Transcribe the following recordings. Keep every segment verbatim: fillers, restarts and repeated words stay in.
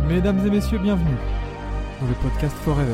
Mesdames et messieurs, bienvenue dans le podcast Forever.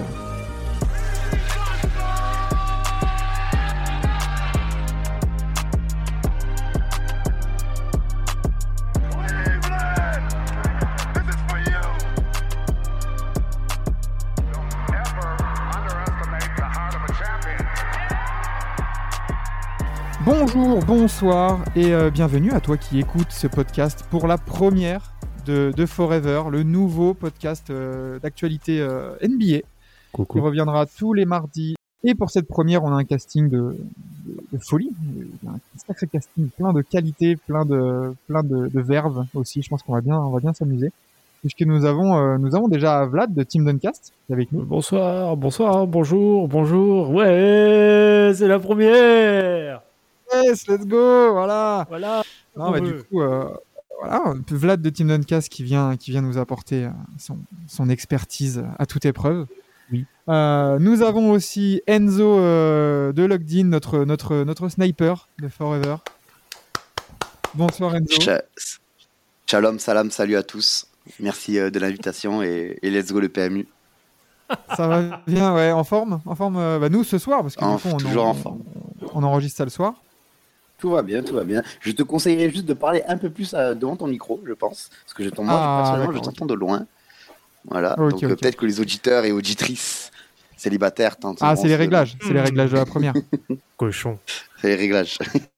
Bonjour, bonsoir et euh, bienvenue à toi qui écoutes ce podcast pour la première de, de Forever, le nouveau podcast euh, d'actualité euh, N B A. Coucou. Qui reviendra tous les mardis. Et pour cette première, on a un casting de, de, de folie. Il y a un sacré casting, plein de qualité, plein de, plein de, de verve aussi. Je pense qu'on va bien, on va bien s'amuser. Puisque nous avons, euh, nous avons déjà Vlad de Team Duncast qui est avec nous. Bonsoir, bonsoir, bonjour, bonjour. Ouais, c'est la première. Yes, let's go, voilà. Voilà. Non, bah, du coup, euh, voilà, Vlad de Team Duncast qui vient, qui vient nous apporter euh, son, son expertise à toute épreuve. Oui. Euh, nous avons aussi Enzo euh, de Logged In, notre, notre, notre sniper de Forever. Bonsoir Enzo. Ch- Shalom, salam, salut à tous. Merci euh, de l'invitation et, et let's go le P M U. Ça va bien, ouais, en forme, en forme. Euh, bah, nous ce soir, parce que En- du coup, on, toujours en, en forme. On, on enregistre ça le soir. Tout va bien, tout va bien. Je te conseillerais juste de parler un peu plus euh, devant ton micro, je pense. Parce que je t'entends, moi, Ah, personnellement, je d'accord, t'entends de loin. Voilà. Ok, Donc euh, ok. peut-être que les auditeurs et auditrices célibataires t'entendront. Ah, c'est les ce- réglages, c'est les réglages de la première. Cochon. C'est les réglages.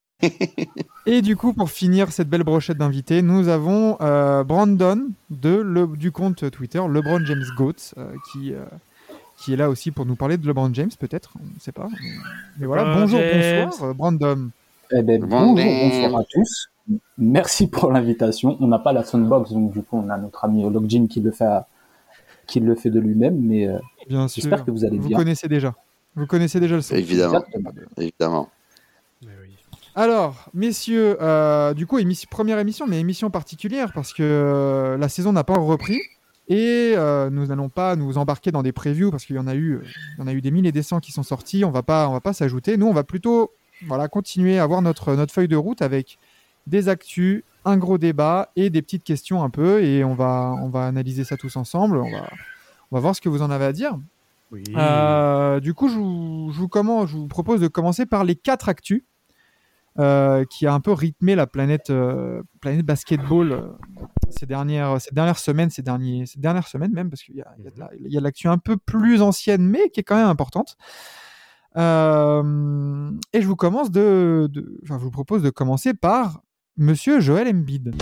Et du coup, pour finir cette belle brochette d'invités, nous avons euh, Brandon de le, du compte Twitter LeBron James Goat, euh, qui, euh, qui est là aussi pour nous parler de LeBron James, peut-être, on ne sait pas. Mais, mais voilà, LeBron bonjour, James. bonsoir, euh, Brandon. Eh ben, Bon, bonjour, ben. bonsoir à tous. Merci pour l'invitation. On n'a pas la soundbox, donc du coup, on a notre ami Logjin qui le fait, à- qui le fait de lui-même, mais euh, Bien sûr, j'espère que vous allez vous bien. connaissez déjà. Vous connaissez déjà le son. Évidemment, Exactement. évidemment. Mais oui. Alors, messieurs, euh, du coup, émission- première émission, mais émission particulière parce que euh, la saison n'a pas repris et euh, nous n'allons pas nous embarquer dans des previews parce qu'il y en a eu, euh, il y en a eu des mille et des cents qui sont sortis. On va pas, on va pas s'ajouter. Nous, on va plutôt, voilà, continuer à avoir notre notre feuille de route avec des actus, un gros débat et des petites questions un peu et on va on va analyser ça tous ensemble. On va on va voir ce que vous en avez à dire. Oui. Euh, du coup, je vous, je, vous comment, je vous propose de commencer par les quatre actus euh, qui a un peu rythmé la planète, euh, planète basketball euh, ces, dernières, ces dernières semaines, ces, derniers, ces dernières semaines même, parce qu'il y a, il y a de la- il y a de l'actu un peu plus ancienne, mais qui est quand même importante. Euh, et je vous, commence de, de, enfin, je vous propose de commencer par Monsieur Joel Embiid.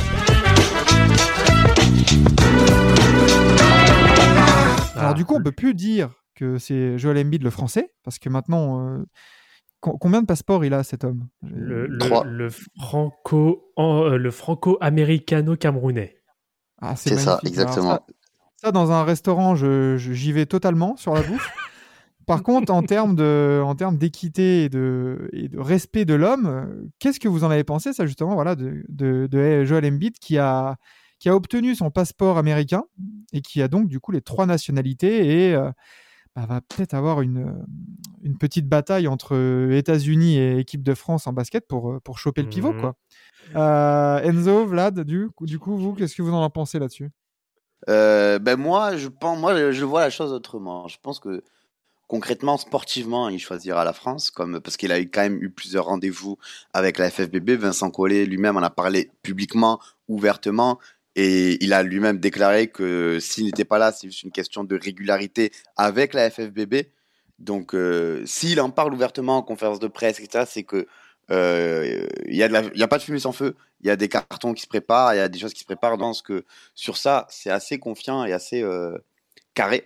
Alors Ah. du coup, on peut plus dire que c'est Joel Embiid le français, parce que maintenant, euh, co- combien de passeports il a cet homme? Le, le, Trois. le franco, en- euh, le franco-américano-camerounais. Ah, c'est C'est ça, magnifique. Alors, exactement. ça, ça, dans un restaurant, je, je- j'y vais totalement sur la bouffe. Par contre, en termes de, en termes d'équité et de, et de respect de l'homme, euh, qu'est-ce que vous en avez pensé, ça justement, voilà, de, de, de Joel Embiid qui a, qui a obtenu son passeport américain et qui a donc du coup les trois nationalités et euh, bah, va peut-être avoir une, une petite bataille entre États-Unis et équipe de France en basket pour, pour choper le pivot, Mhm. quoi. Euh, Enzo, Vlad, du, coup- du coup, vous, qu'est-ce que vous en pensez là-dessus? Euh, ben moi, je pense, moi, je- je vois la chose autrement. Je pense que concrètement, sportivement, il choisira la France, comme parce qu'il a eu quand même eu plusieurs rendez-vous avec la F F B B. Vincent Collet lui-même en a parlé publiquement, ouvertement, et il a lui-même déclaré que s'il n'était pas là, c'est juste une question de régularité avec la F F B B. Donc, euh, s'il en parle ouvertement en conférence de presse, et cetera, c'est que euh, il y a de la- il y a pas de fumée sans feu. Il y a des cartons qui se préparent, il y a des choses qui se préparent. Dans ce que sur ça, c'est assez confiant et assez euh, carré.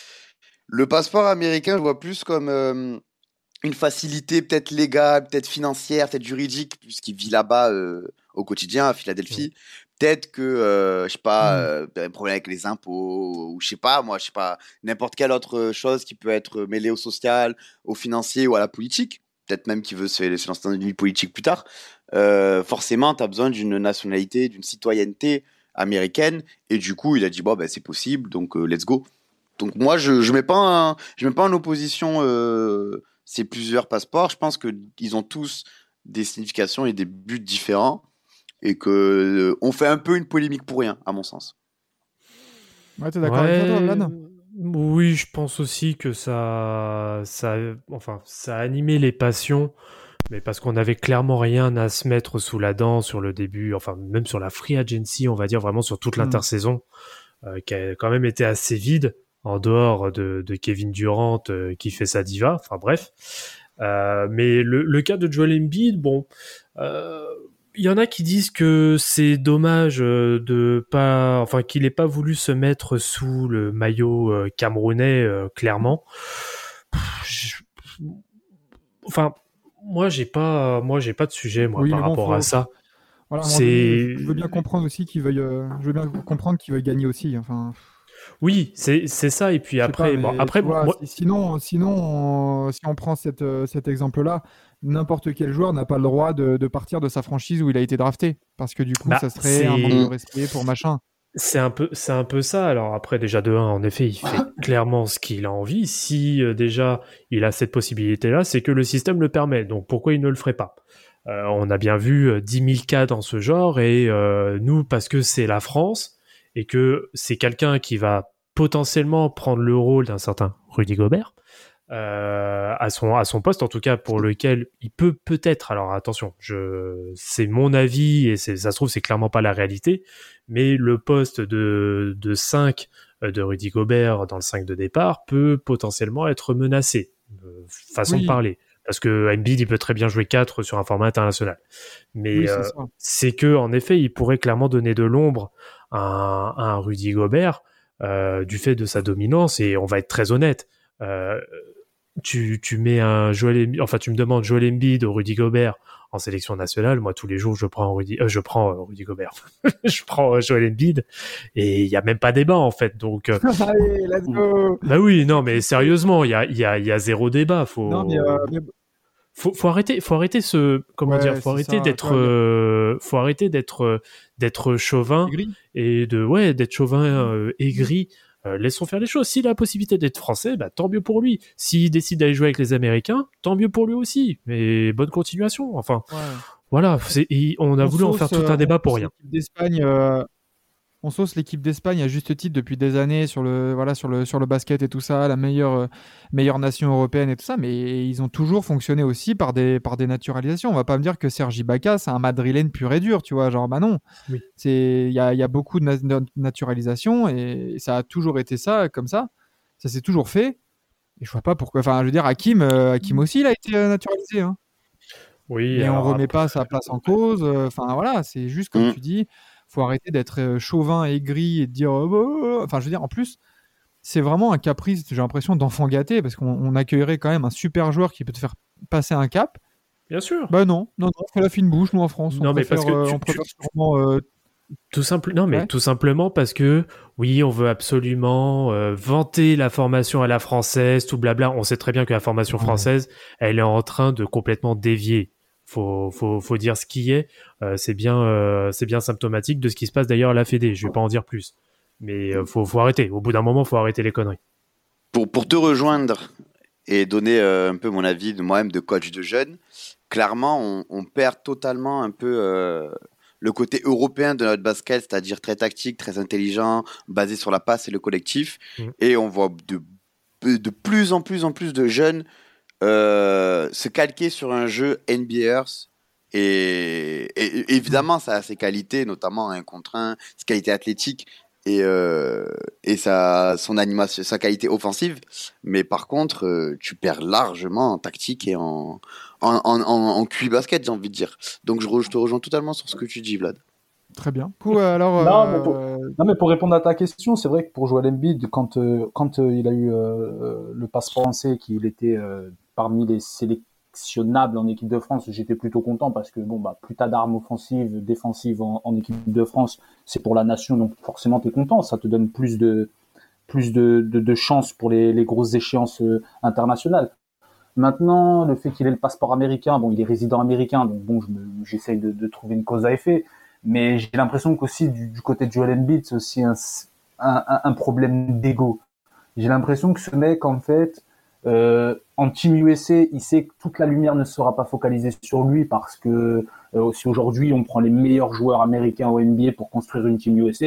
Le passeport américain, je vois plus comme euh, une facilité peut-être légale, peut-être financière, peut-être juridique, puisqu'il vit là-bas euh, au quotidien à Philadelphie. Peut-être que, euh, je sais pas, Mm. euh, un problème avec les impôts, ou je sais pas, moi, je sais pas, n'importe quelle autre chose qui peut être mêlée au social, au financier ou à la politique. Peut-être même qu'il veut se, se lancer dans une vie politique plus tard. Euh, forcément, tu as besoin d'une nationalité, d'une citoyenneté américaine. Et du coup, il a dit, bon, ben, c'est possible, donc euh, let's go. Donc moi, je je mets pas un- je mets pas en opposition euh, ces plusieurs passeports. Je pense que ils ont tous des significations et des buts différents et que euh, on fait un peu une polémique pour rien, à mon sens. Ouais, t'es d'accord avec ça, toi, Ouais, Vlad? oui, je pense aussi que ça, ça, enfin, ça a animé les passions, mais parce qu'on avait clairement rien à se mettre sous la dent sur le début, enfin, même sur la free agency, on va dire vraiment sur toute Hmm. l'intersaison, euh, qui a quand même été assez vide, en dehors de, de Kevin Durant euh, qui fait sa diva, enfin bref. Euh, mais le, le cas de Joel Embiid, bon, euh, il y en a qui disent que c'est dommage euh, de pas, enfin qu'il ait pas voulu se mettre sous le maillot euh, camerounais euh, clairement. Pff, je- Enfin, moi j'ai pas, moi j'ai pas de sujet moi Oui, par mais bon, rapport à faut, ça. voilà, à un moment donné, je, C'est je veux bien comprendre aussi qu'il veuille, euh, je veux bien comprendre qu'il veuille gagner aussi. Enfin, oui, c'est c'est ça. Et puis je sais pas, après, bon mais après tu vois, moi, si- sinon, sinon, on- si on prend cette, euh, cet exemple-là, n'importe quel joueur n'a pas le droit de, de partir de sa franchise où il a été drafté, parce que du coup, bah ça serait un manque de c'est Mm. respect pour machin. C'est un peu, c'est un peu ça. Alors après, déjà de un, en effet, il fait clairement ce qu'il a envie. Si euh, déjà il a cette possibilité-là, c'est que le système le permet. Donc pourquoi il ne le ferait pas? Euh, On a bien vu euh, dix mille cas dans ce genre et euh, nous, parce que c'est la France et que c'est quelqu'un qui va potentiellement prendre le rôle d'un certain Rudy Gobert euh, à son à son poste, en tout cas pour lequel il peut peut-être. Alors attention, je c'est mon avis et c'est ça se trouve c'est clairement pas la réalité, mais le poste de de cinq euh, de Rudy Gobert dans le cinq de départ peut potentiellement être menacé, euh, façon de Oui, parler. Parce que Embiid, il peut très bien jouer quatre sur un format international. oui, Mais c'est euh, ça. c'est que en effet, il pourrait clairement donner de l'ombre à un, à un Rudy Gobert euh, du fait de sa dominance. Et on va être très honnête. Euh, tu, tu mets un Joel Embiid, enfin tu me demandes Joel Embiid ou Rudy Gobert en sélection nationale, moi tous les jours je prends Rudy, euh, je prends euh, Rudy Gobert, je prends euh, Joel Embiid et il y a même pas débat en fait. Donc euh, Allez, let's go! bah oui, non mais Exécuté. sérieusement, il y a il y a il y a zéro débat. Non, mais, euh, Faut mais- faut, faut arrêter, faut arrêter ce, comment dire, ouais, faut c'est arrêter ça. Tu d'être, vois, il y a euh, faut arrêter d'être, euh, d'être chauvin Aigri. et de, ouais, d'être chauvin euh, aigri. Euh, laissons faire les choses. S'il a la possibilité d'être français, bah, tant mieux pour lui. S'il décide d'aller jouer avec les Américains, tant mieux pour lui aussi. Mais bonne continuation. Enfin, Ouais. voilà. C'est, et on a On voulu en faire sauce, tout euh, un on débat pour sauce rien. l'équipe d'Espagne. euh, On sauce l'équipe d'Espagne à juste titre depuis des années sur le, voilà, sur le, sur le basket et tout ça, la meilleure, euh, meilleure nation européenne et tout ça, mais ils ont toujours fonctionné aussi par des, par des naturalisations. On va pas me dire que Sergi Baca, c'est un madrilène pur et dur, tu vois, genre, bah non. Oui. C'est, il y a, il y a beaucoup de na- naturalisation et ça a toujours été ça, comme ça. Ça s'est toujours fait. Et je vois pas pourquoi. Enfin, je veux dire, Hakim, euh, Hakim aussi, il a été euh, naturalisé, hein. Oui, Mais on alors remet après, pas sa place en cause. euh, Enfin, voilà, c'est juste comme Mm. tu dis, faut arrêter d'être euh, chauvin, aigri et de dire. euh, bah, Enfin, je veux dire, en plus, c'est vraiment un caprice, j'ai l'impression, d'enfant gâté, parce qu'on on accueillerait quand même un super joueur qui peut te faire passer un cap. bien sûr. Bah non, non, non, on fait la fine bouche, nous en France. On Non, mais parce préfère, que euh, tu, on tu, préfère sûrement. euh, Tout simple, non mais ouais. tout simplement parce que oui, on veut absolument euh, vanter la formation à la française, tout blabla. On sait très bien que la formation Ouais. française, elle est en train de complètement dévier. Faut, faut, faut dire ce qui est. Euh, c'est bien, euh, c'est bien symptomatique de ce qui se passe d'ailleurs à la Fédé. Je vais pas en dire plus, mais euh, faut, faut arrêter. Au bout d'un moment, faut arrêter les conneries. Pour, pour te rejoindre et donner euh, un peu mon avis de moi-même de coach de jeunes, clairement, on, on perd totalement un peu euh, le côté européen de notre basket, c'est-à-dire très tactique, très intelligent, basé sur la passe et le collectif. Mm. Et on voit de, de plus en plus en plus de jeunes euh, se calquer sur un jeu N B A Earth. Et, et- et évidemment, ça a ses qualités, notamment un contre un, ses qualités athlétiques et, euh, et sa, son animation, sa qualité offensive. Mais par contre, euh, tu perds largement en tactique et en, en, en, en, en Q I basket, j'ai envie de dire. Donc je, re- je te rejoins totalement sur ce que tu dis, Vlad. Très bien. Coup, alors. Non, mais pour- euh, Non, mais pour répondre à ta question, c'est vrai que pour Joel Embiid, quand, euh, quand euh, il a eu euh, le passe français, qu'il était euh, parmi les sélectionnables en équipe de France, j'étais plutôt content parce que bon, bah, plus t'as d'armes offensives, défensives en, en équipe de France, c'est pour la nation, donc forcément t'es content, ça te donne plus de plus de, de, de chances pour les, les grosses échéances euh, internationales. Maintenant, le fait qu'il ait le passeport américain, bon, il est résident américain, donc bon, je me, j'essaye de, de trouver une cause à effet. Mais j'ai l'impression qu'aussi du, du côté de Joel Embiid, c'est aussi un, un, un problème d'ego. J'ai l'impression que ce mec, en fait, euh, en Team U S A, il sait que toute la lumière ne sera pas focalisée sur lui parce que euh, si aujourd'hui on prend les meilleurs joueurs américains au N B A pour construire une Team U S A,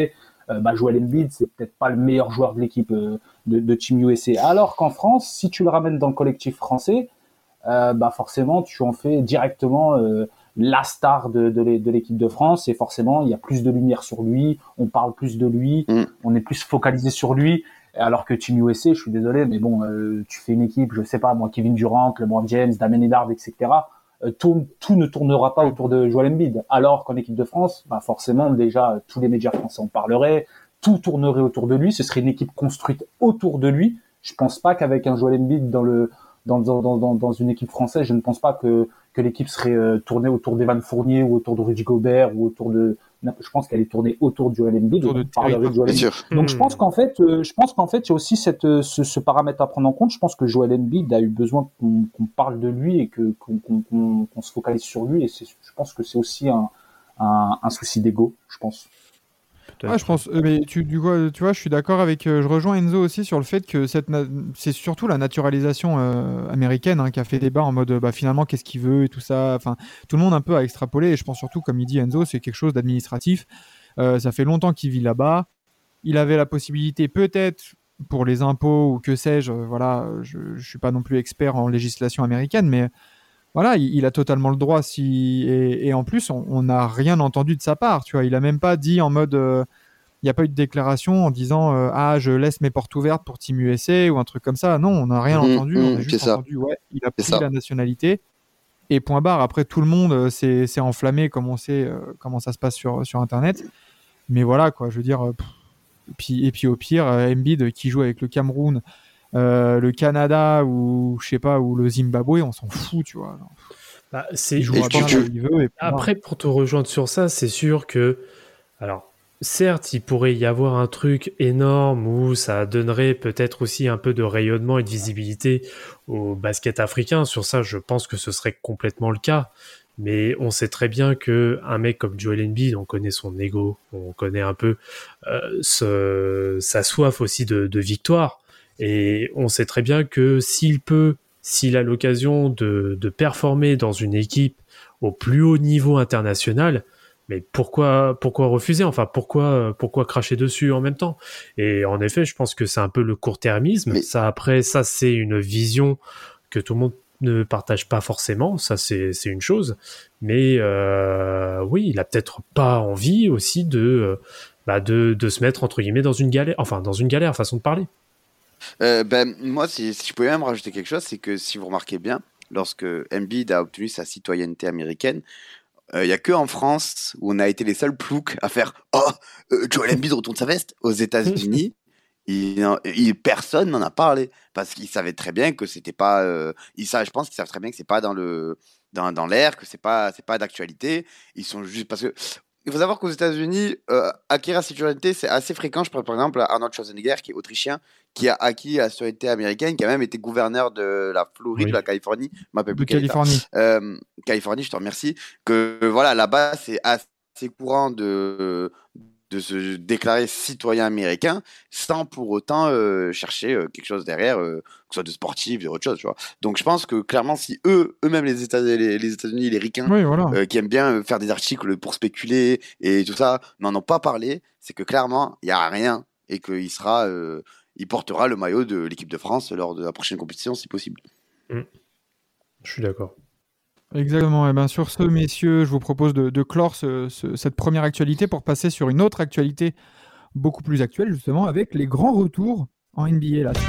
euh, bah, Joel Embiid, c'est peut-être pas le meilleur joueur de l'équipe euh, de, de Team U S A. Alors qu'en France, si tu le ramènes dans le collectif français, euh, bah forcément, tu en fais directement euh, la star de, de, l'é- de l'équipe de France, et forcément, il y a plus de lumière sur lui, on parle plus de lui, Mm. on est plus focalisé sur lui. Alors que Team U S A, je suis désolé, mais bon, euh, tu fais une équipe, je sais pas, moi, Kevin Durant, LeBron James, Damian Lillard, et cetera. Euh, tout, tout ne tournera pas autour de Joel Embiid. Alors qu'en équipe de France, bah forcément, déjà, tous les médias français en parleraient, tout tournerait autour de lui, ce serait une équipe construite autour de lui. Je pense pas qu'avec un Joel Embiid dans le dans dans dans dans une équipe française, je ne pense pas que que l'équipe serait euh, tournée autour d'Evan Fournier ou autour de Rudy Gobert ou autour de. Je pense qu'elle est tournée autour de Joel Embiid. Autour de On parlerait de Joel Bien Embiid. sûr. Donc je pense qu'en fait, euh, je pense qu'en fait, il y a aussi cette euh, ce, ce paramètre à prendre en compte. Je pense que Joel Embiid a eu besoin qu'on qu'on parle de lui et que qu'on qu'on qu'on qu'on se focalise sur lui. Et c'est, je pense que c'est aussi un un, un souci d'ego, je pense. Peut-être. Ouais, je pense. euh, Mais tu, du coup, euh, tu vois, je suis d'accord avec. euh, je rejoins Enzo aussi sur le fait que cette na- c'est surtout la naturalisation euh, américaine hein, qui a fait débat en mode, euh, bah, finalement, qu'est-ce qu'il veut et tout ça. Enfin, tout le monde un peu a extrapolé. Et je pense surtout, comme il dit Enzo, c'est quelque chose d'administratif. Euh, ça fait longtemps qu'il vit là-bas. Il avait la possibilité, peut-être, pour les impôts ou que sais-je. euh, voilà, euh, je, je suis pas non plus expert en législation américaine, mais voilà, il, il a totalement le droit. Si et, et en plus, on on n'a rien entendu de sa part. Tu vois, il a même pas dit en mode. euh, il n'y a pas eu de déclaration en disant euh, ah je laisse mes portes ouvertes pour Team U S A ou un truc comme ça. Non, on n'a rien Mhm, entendu. On a mhm, juste c'est ça. entendu ouais, il a C'est pris ça. la nationalité et point barre. Après tout le monde euh, s'est s'est enflammé comme on sait euh, comment ça se passe sur sur internet. Mais voilà quoi, je veux dire. euh, pff, et puis et puis au pire, euh, Embiid qui joue avec le Cameroun, euh, le Canada ou je sais pas ou le Zimbabwe, on s'en fout, tu vois. Alors, Bah, c'est il jouera Et tu- bien tu- là où il veut. Et puis voilà. Après, pour te rejoindre sur ça, c'est sûr que, alors, certes, il pourrait y avoir un truc énorme où ça donnerait peut-être aussi un peu de rayonnement et de visibilité au basket africain. Sur ça, je pense que ce serait complètement le cas. Mais on sait très bien que un mec comme Joel Embiid, on connaît son ego, on connaît un peu euh, ce- sa soif aussi de, de victoire. Et on sait très bien que s'il peut, s'il a l'occasion de, de performer dans une équipe au plus haut niveau international, mais pourquoi, pourquoi refuser? Enfin, pourquoi, pourquoi cracher dessus en même temps? Et en effet, je pense que c'est un peu le court-termisme. Mais- Ça, après, ça, c'est une vision que tout le monde ne partage pas forcément. Ça, c'est, c'est une chose. Mais euh, oui, il a peut-être pas envie aussi de, euh, bah, de, de se mettre entre guillemets dans une galère. Enfin, dans une galère, façon de parler. Euh, ben, moi, si, si je pouvais même rajouter quelque chose, c'est que si vous remarquez bien, lorsque Embiid a obtenu sa citoyenneté américaine, il n'y a que en France où on a été les seuls ploucs à faire Oh, euh, Joel Embiid retourne sa veste. Aux États-Unis, il, il- personne n'en a parlé parce qu'ils savaient très bien que c'était pas. Euh, ils savent, je pense qu'ils savent très bien que c'est pas dans le dans, dans l'air, que c'est pas c'est pas d'actualité. Ils sont juste parce que il faut savoir qu'aux États-Unis, euh, acquérir la citoyenneté, c'est assez fréquent. Je prends par exemple Arnold Schwarzenegger, qui est autrichien, qui a acquis la citoyenneté américaine, qui a même été gouverneur de la Floride, Oui. de la Californie, je m'appelle De plus quel état. Californie. Euh, Californie, je te remercie. Que voilà, là-bas, c'est assez courant de, de se déclarer citoyen américain sans pour autant euh, chercher euh, quelque chose derrière, euh, que ce soit de sportif, de autre chose, tu vois. Donc je pense que clairement, si eux, eux-mêmes, les États, les, les États-Unis, les ricains, Oui, voilà. euh, qui aiment bien euh, faire des articles pour spéculer et tout ça, n'en ont pas parlé, c'est que clairement, il n'y a rien et qu'il sera, euh, il portera le maillot de l'équipe de France lors de la prochaine compétition, si possible. Je suis d'accord. Exactement. Et bien sur ce, messieurs, je vous propose de, de clore ce- ce- cette première actualité pour passer sur une autre actualité beaucoup plus actuelle, justement, avec les grands retours en N B A. Là.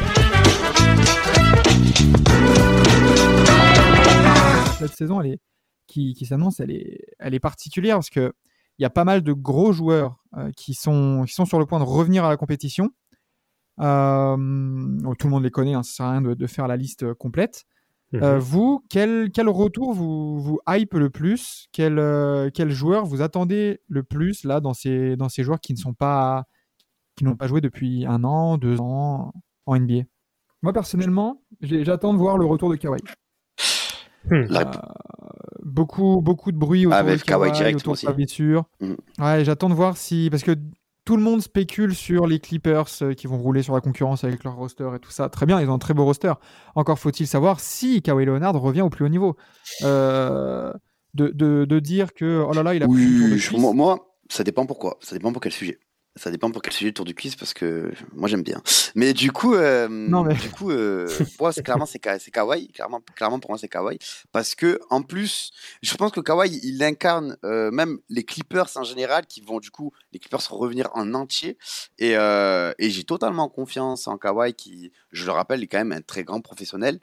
Cette saison, elle est, qui, qui s'annonce, elle est, elle est particulière parce qu'il y a pas mal de gros joueurs euh, qui, sont, qui sont sur le point de revenir à la compétition. Euh, tout le monde les connaît, hein, ça ne sert à rien de, de faire la liste euh, complète. Mhm. Euh, vous, quel, quel retour vous, vous hype le plus? Quel, euh, quel joueur vous attendez le plus là dans ces, dans ces joueurs qui ne sont pas, qui n'ont pas joué depuis un an, deux ans en N B A? Moi personnellement, j'ai- j'attends de voir le retour de Kawhi. Hmm. La- Euh, beaucoup, beaucoup de bruit autour Avec de Kawhi, Kawhi direct, autour moi de sa aussi. blessure. Mm. Ouais, j'attends de voir si, parce que tout le monde spécule sur les Clippers euh, qui vont rouler sur la concurrence avec leur roster et tout ça. Très bien, ils ont un très beau roster. Encore faut-il savoir si Kawhi Leonard revient au plus haut niveau. Euh, de, de, de dire que oh là là, il a pris une tour de Oui, cuisse. moi, moi, ça dépend pourquoi. Ça dépend pour quel sujet. Ça dépend pour quel sujet de tour du quiz parce que moi j'aime bien. Mais du coup, euh, Non, mais- du coup, euh, pour moi, c'est clairement c'est, Ka- c'est Kawhi. Clairement, clairement pour moi c'est Kawhi parce que en plus, je pense que Kawhi il incarne euh, même les Clippers en général qui vont du coup les Clippers revenir en entier et euh, et j'ai totalement confiance en Kawhi qui, je le rappelle, est quand même un très grand professionnel.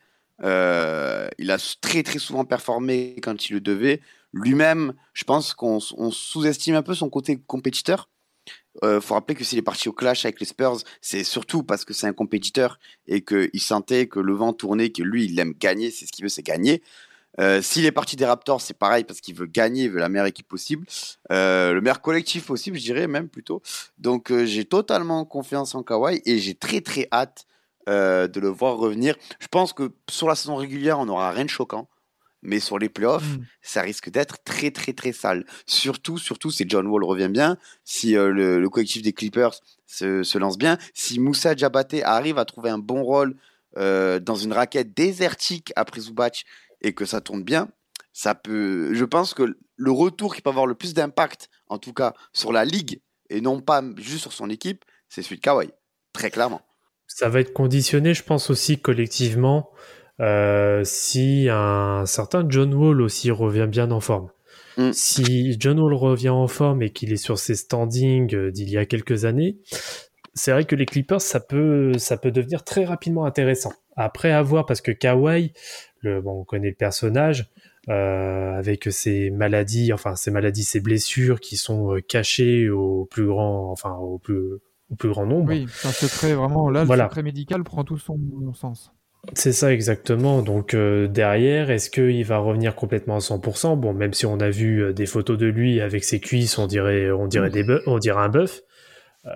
Euh, il a très très souvent performé quand il le devait. Lui-même, je pense qu'on s- on sous-estime un peu son côté compétiteur. Euh, faut rappeler que s'il est parti au clash avec les Spurs, c'est surtout parce que c'est un compétiteur et qu'il sentait que le vent tournait, que lui, il aime gagner, c'est ce qu'il veut, c'est gagner. Euh, s'il est parti des Raptors, c'est pareil parce qu'il veut gagner, il veut la meilleure équipe possible, euh, le meilleur collectif possible, je dirais même plutôt. Donc euh, j'ai totalement confiance en Kawhi et j'ai très très hâte euh, de le voir revenir. Je pense que sur la saison régulière, on n'aura rien de choquant. Mais sur les playoffs, Mm. ça risque d'être très très très sale. Surtout, surtout si John Wall revient bien, si euh, le, le collectif des Clippers se, se lance bien, si Moussa Diabaté arrive à trouver un bon rôle euh, dans une raquette désertique après Zubac et que ça tourne bien, ça peut. Je pense que le retour qui peut avoir le plus d'impact, en tout cas sur la ligue et non pas juste sur son équipe, c'est celui de Kawhi, très clairement. Ça va être conditionné, je pense aussi collectivement, euh, si un certain John Wall aussi revient bien en forme. Mm. Si John Wall revient en forme et qu'il est sur ses standings euh, d'il y a quelques années, c'est vrai que les Clippers, ça peut, ça peut devenir très rapidement intéressant. Après avoir, parce que Kawhi, le, bon, on connaît le personnage, euh, avec ses maladies, enfin ses maladies, ses blessures qui sont euh, cachées au plus grand, enfin au plus, au plus grand nombre. Oui, c'est un secret vraiment. Là, Voilà. le secret médical prend tout son bon sens. C'est ça exactement. Donc euh, derrière, est-ce qu'il va revenir complètement à cent pour cent? Bon, même si on a vu euh, des photos de lui avec ses cuisses, on dirait, on dirait des bœufs, on dirait un bœuf. Euh,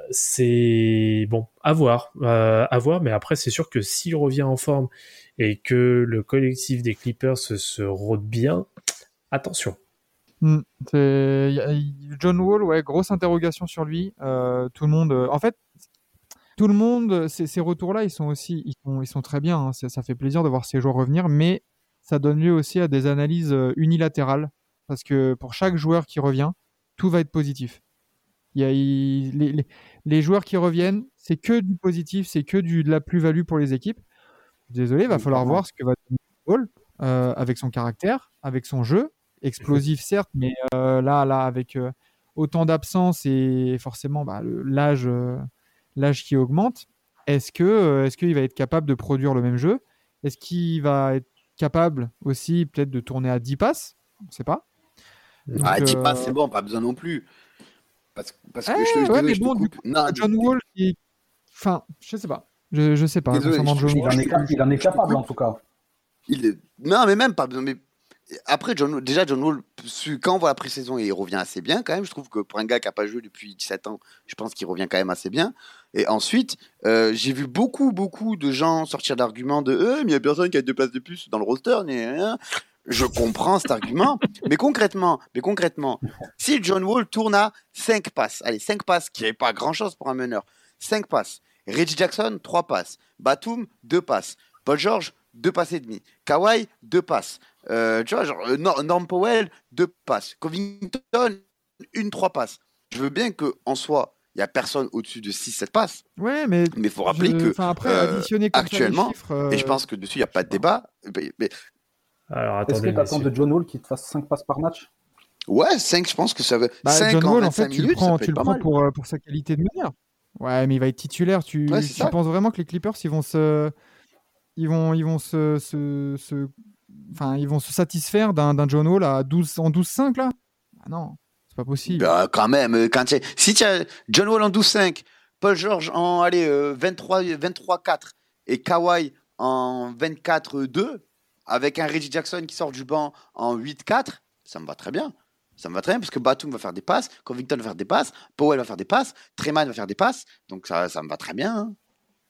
c'est bon, à voir, euh, à voir. Mais après, c'est sûr que s'il revient en forme et que le collectif des Clippers se, se rôde bien, attention. Mm. C'est- y a- y- John Wall, ouais, grosse interrogation sur lui. Euh, tout le monde, euh, en fait, tout le monde, ces, ces retours-là, ils sont aussi, ils sont, ils sont très bien. Hein. C'est- Ça fait plaisir de voir ces joueurs revenir, mais ça donne lieu aussi à des analyses euh, unilatérales parce que pour chaque joueur qui revient, tout va être positif. Il y a, il- les, les- les joueurs qui reviennent, c'est que du positif, c'est que du, de la plus-value pour les équipes. Désolé, il va Oui, falloir clairement. voir ce que va donner Paul euh, avec son caractère, avec son jeu, explosif certes, mais euh, là, là, avec euh, autant d'absence et forcément bah, le- l'âge, euh, l'âge qui augmente, est-ce que, euh, est-ce qu'il va être capable de produire le même jeu? Est-ce qu'il va être capable aussi peut-être de tourner à dix passes? On ne sait pas. Donc, Ah, dix euh, passes, c'est bon, pas besoin non plus. Parce, parce que eh, je te, je, ouais, désolé, mais je te bon, du coupe. coup, Non, John d- Wall, qui... enfin, je sais pas. Je, je sais pas désolé, concernant je- John je- Il en Wall. est, cap- il en est je te capable, coupe. en tout cas. Il est- Non, mais même pas besoin. Mais après, John, Wall- déjà, John Wall, su- quand on voit la pré-saison, il revient assez bien quand même. Je trouve que pour un gars qui n'a pas joué depuis dix-sept ans, je pense qu'il revient quand même assez bien. Et ensuite, euh, j'ai vu beaucoup, beaucoup de gens sortir d'arguments de eh, mais il n'y a personne qui a deux places de plus dans le roster. gna, gna, gna. Je comprends cet argument, mais concrètement, mais concrètement, si John Wall tourne à cinq passes, allez, cinq passes, qui n'est pas grand-chose pour un meneur, cinq passes, Reggie Jackson, trois passes, Batum, deux passes, Paul George, deux passes et demi, Kawhi, deux passes, euh, tu vois, genre euh, Nor- Norm Powell, deux passes, Covington, une, trois passes. Je veux bien qu'en soi, il n'y a personne au-dessus de six sept passes, Ouais, mais mais il faut rappeler je... que enfin, après, euh, additionner comme ça les actuellement, chiffres. et je euh, pense que dessus, il n'y a pas de sais pas. débat, mais- mais Alors Est-ce que attendez, tu attends messieurs. de John Wall qu'il te fasse cinq passes par match? ouais, cinq, je pense que ça veut. Bah, cinq John en Wall, en fait, vingt-cinq tu le minutes, ça prends, peut tu être le pas prends mal. pour, euh, pour sa qualité de meneur. Ouais, mais il va être titulaire. Tu, Ouais, c'est tu ça. penses vraiment que les Clippers, ils vont se, ils vont, ils vont se, se, se- enfin, ils vont se satisfaire d'un, d'un John Wall à douze, en douze cinq là? Ah non, c'est pas possible. Bah, quand même, euh, quand tu si tu as John Wall en douze cinq, Paul George en allez, euh, vingt-trois quatre et Kawhi en vingt-quatre deux, avec un Reggie Jackson qui sort du banc en huit quatre, ça me va très bien. Ça me va très bien parce que Batum va faire des passes, Covington va faire des passes, Powell va faire des passes, Treman va faire des passes, donc ça, ça me va très bien. Hein.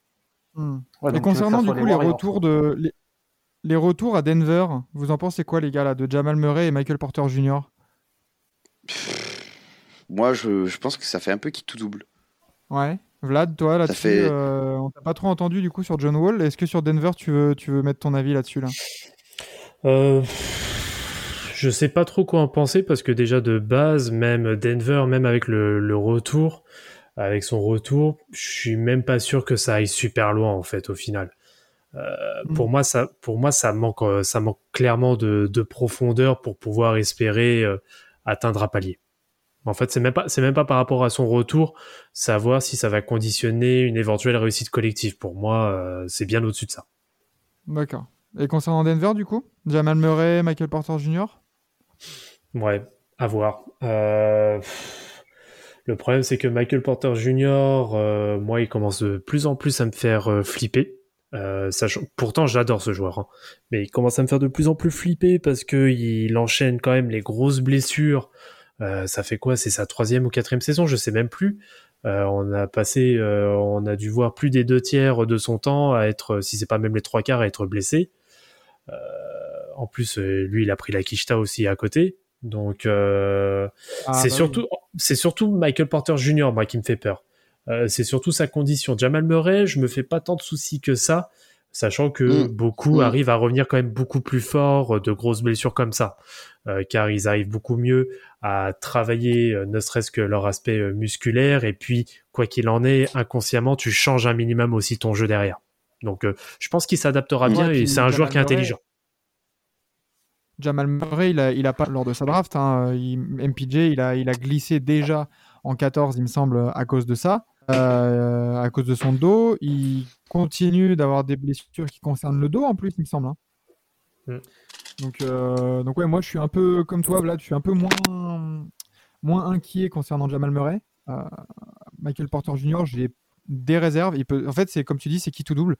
Hmm. Ouais, Et donc tu veux que concernant ça du soit coup les les Warriors, retours quoi. de, les, les retours à Denver, vous en pensez quoi les gars là, de Jamal Murray et Michael Porter Junior? Moi, je, je pense que ça fait un peu qui tout double. Ouais. Vlad, toi Ça là-dessus, fait. euh, on t'a pas trop entendu du coup sur John Wall. Est-ce que sur Denver, tu veux, tu veux mettre ton avis là-dessus là? Euh, je sais pas trop quoi en penser parce que déjà de base, même Denver, même avec le, le retour, avec son retour, je suis même pas sûr que ça aille super loin en fait au final. Euh, mmh. Pour moi, ça, pour moi, ça manque, euh, ça manque clairement de, de profondeur pour pouvoir espérer euh, atteindre un palier. En fait, c'est même pas, c'est même pas par rapport à son retour, savoir si ça va conditionner une éventuelle réussite collective. Pour moi, euh, c'est bien au-dessus de ça. D'accord. Et concernant Denver, du coup, Jamal Murray, Michael Porter Junior Ouais, à voir. Euh... Le problème, c'est que Michael Porter Junior, euh, moi, il commence de plus en plus à me faire euh, flipper. Euh, sachant... Pourtant, j'adore ce joueur, hein. Mais il commence à me faire de plus en plus flipper parce que il enchaîne quand même les grosses blessures. Euh, ça fait quoi ? C'est sa troisième ou quatrième saison, je sais même plus. Euh, on a passé, euh, on a dû voir plus des deux tiers de son temps à être, si c'est pas même les trois quarts, à être blessé. Euh, en plus, euh, lui, il a pris la quicheta aussi à côté. Donc, euh, ah, c'est, bah surtout, oui. c'est surtout Michael Porter Junior, moi, qui me fait peur. Euh, c'est surtout sa condition. Jamal Murray, je me fais pas tant de soucis que ça, sachant que mmh. beaucoup mmh. arrivent à revenir quand même beaucoup plus fort de grosses blessures comme ça, euh, car ils arrivent beaucoup mieux à travailler, euh, ne serait-ce que leur aspect euh, musculaire, et puis, quoi qu'il en est, inconsciemment, tu changes un minimum aussi ton jeu derrière. Donc, euh, je pense qu'il s'adaptera bien, ouais, et c'est un Jamal joueur qui est intelligent. Jamal Murray, il a, il a pas lors de sa draft, hein, il, M P J, il a, il a glissé déjà en quatorze, il me semble, à cause de ça, euh, à cause de son dos. Il continue d'avoir des blessures qui concernent le dos en plus, il me semble. Hein. Mm. Donc, euh, donc ouais, moi je suis un peu comme toi, Vlad, je suis un peu moins, moins inquiet concernant Jamal Murray. Euh, Michael Porter Junior, j'ai des réserves. Il peut, en fait, c'est comme tu dis, c'est qui tout double.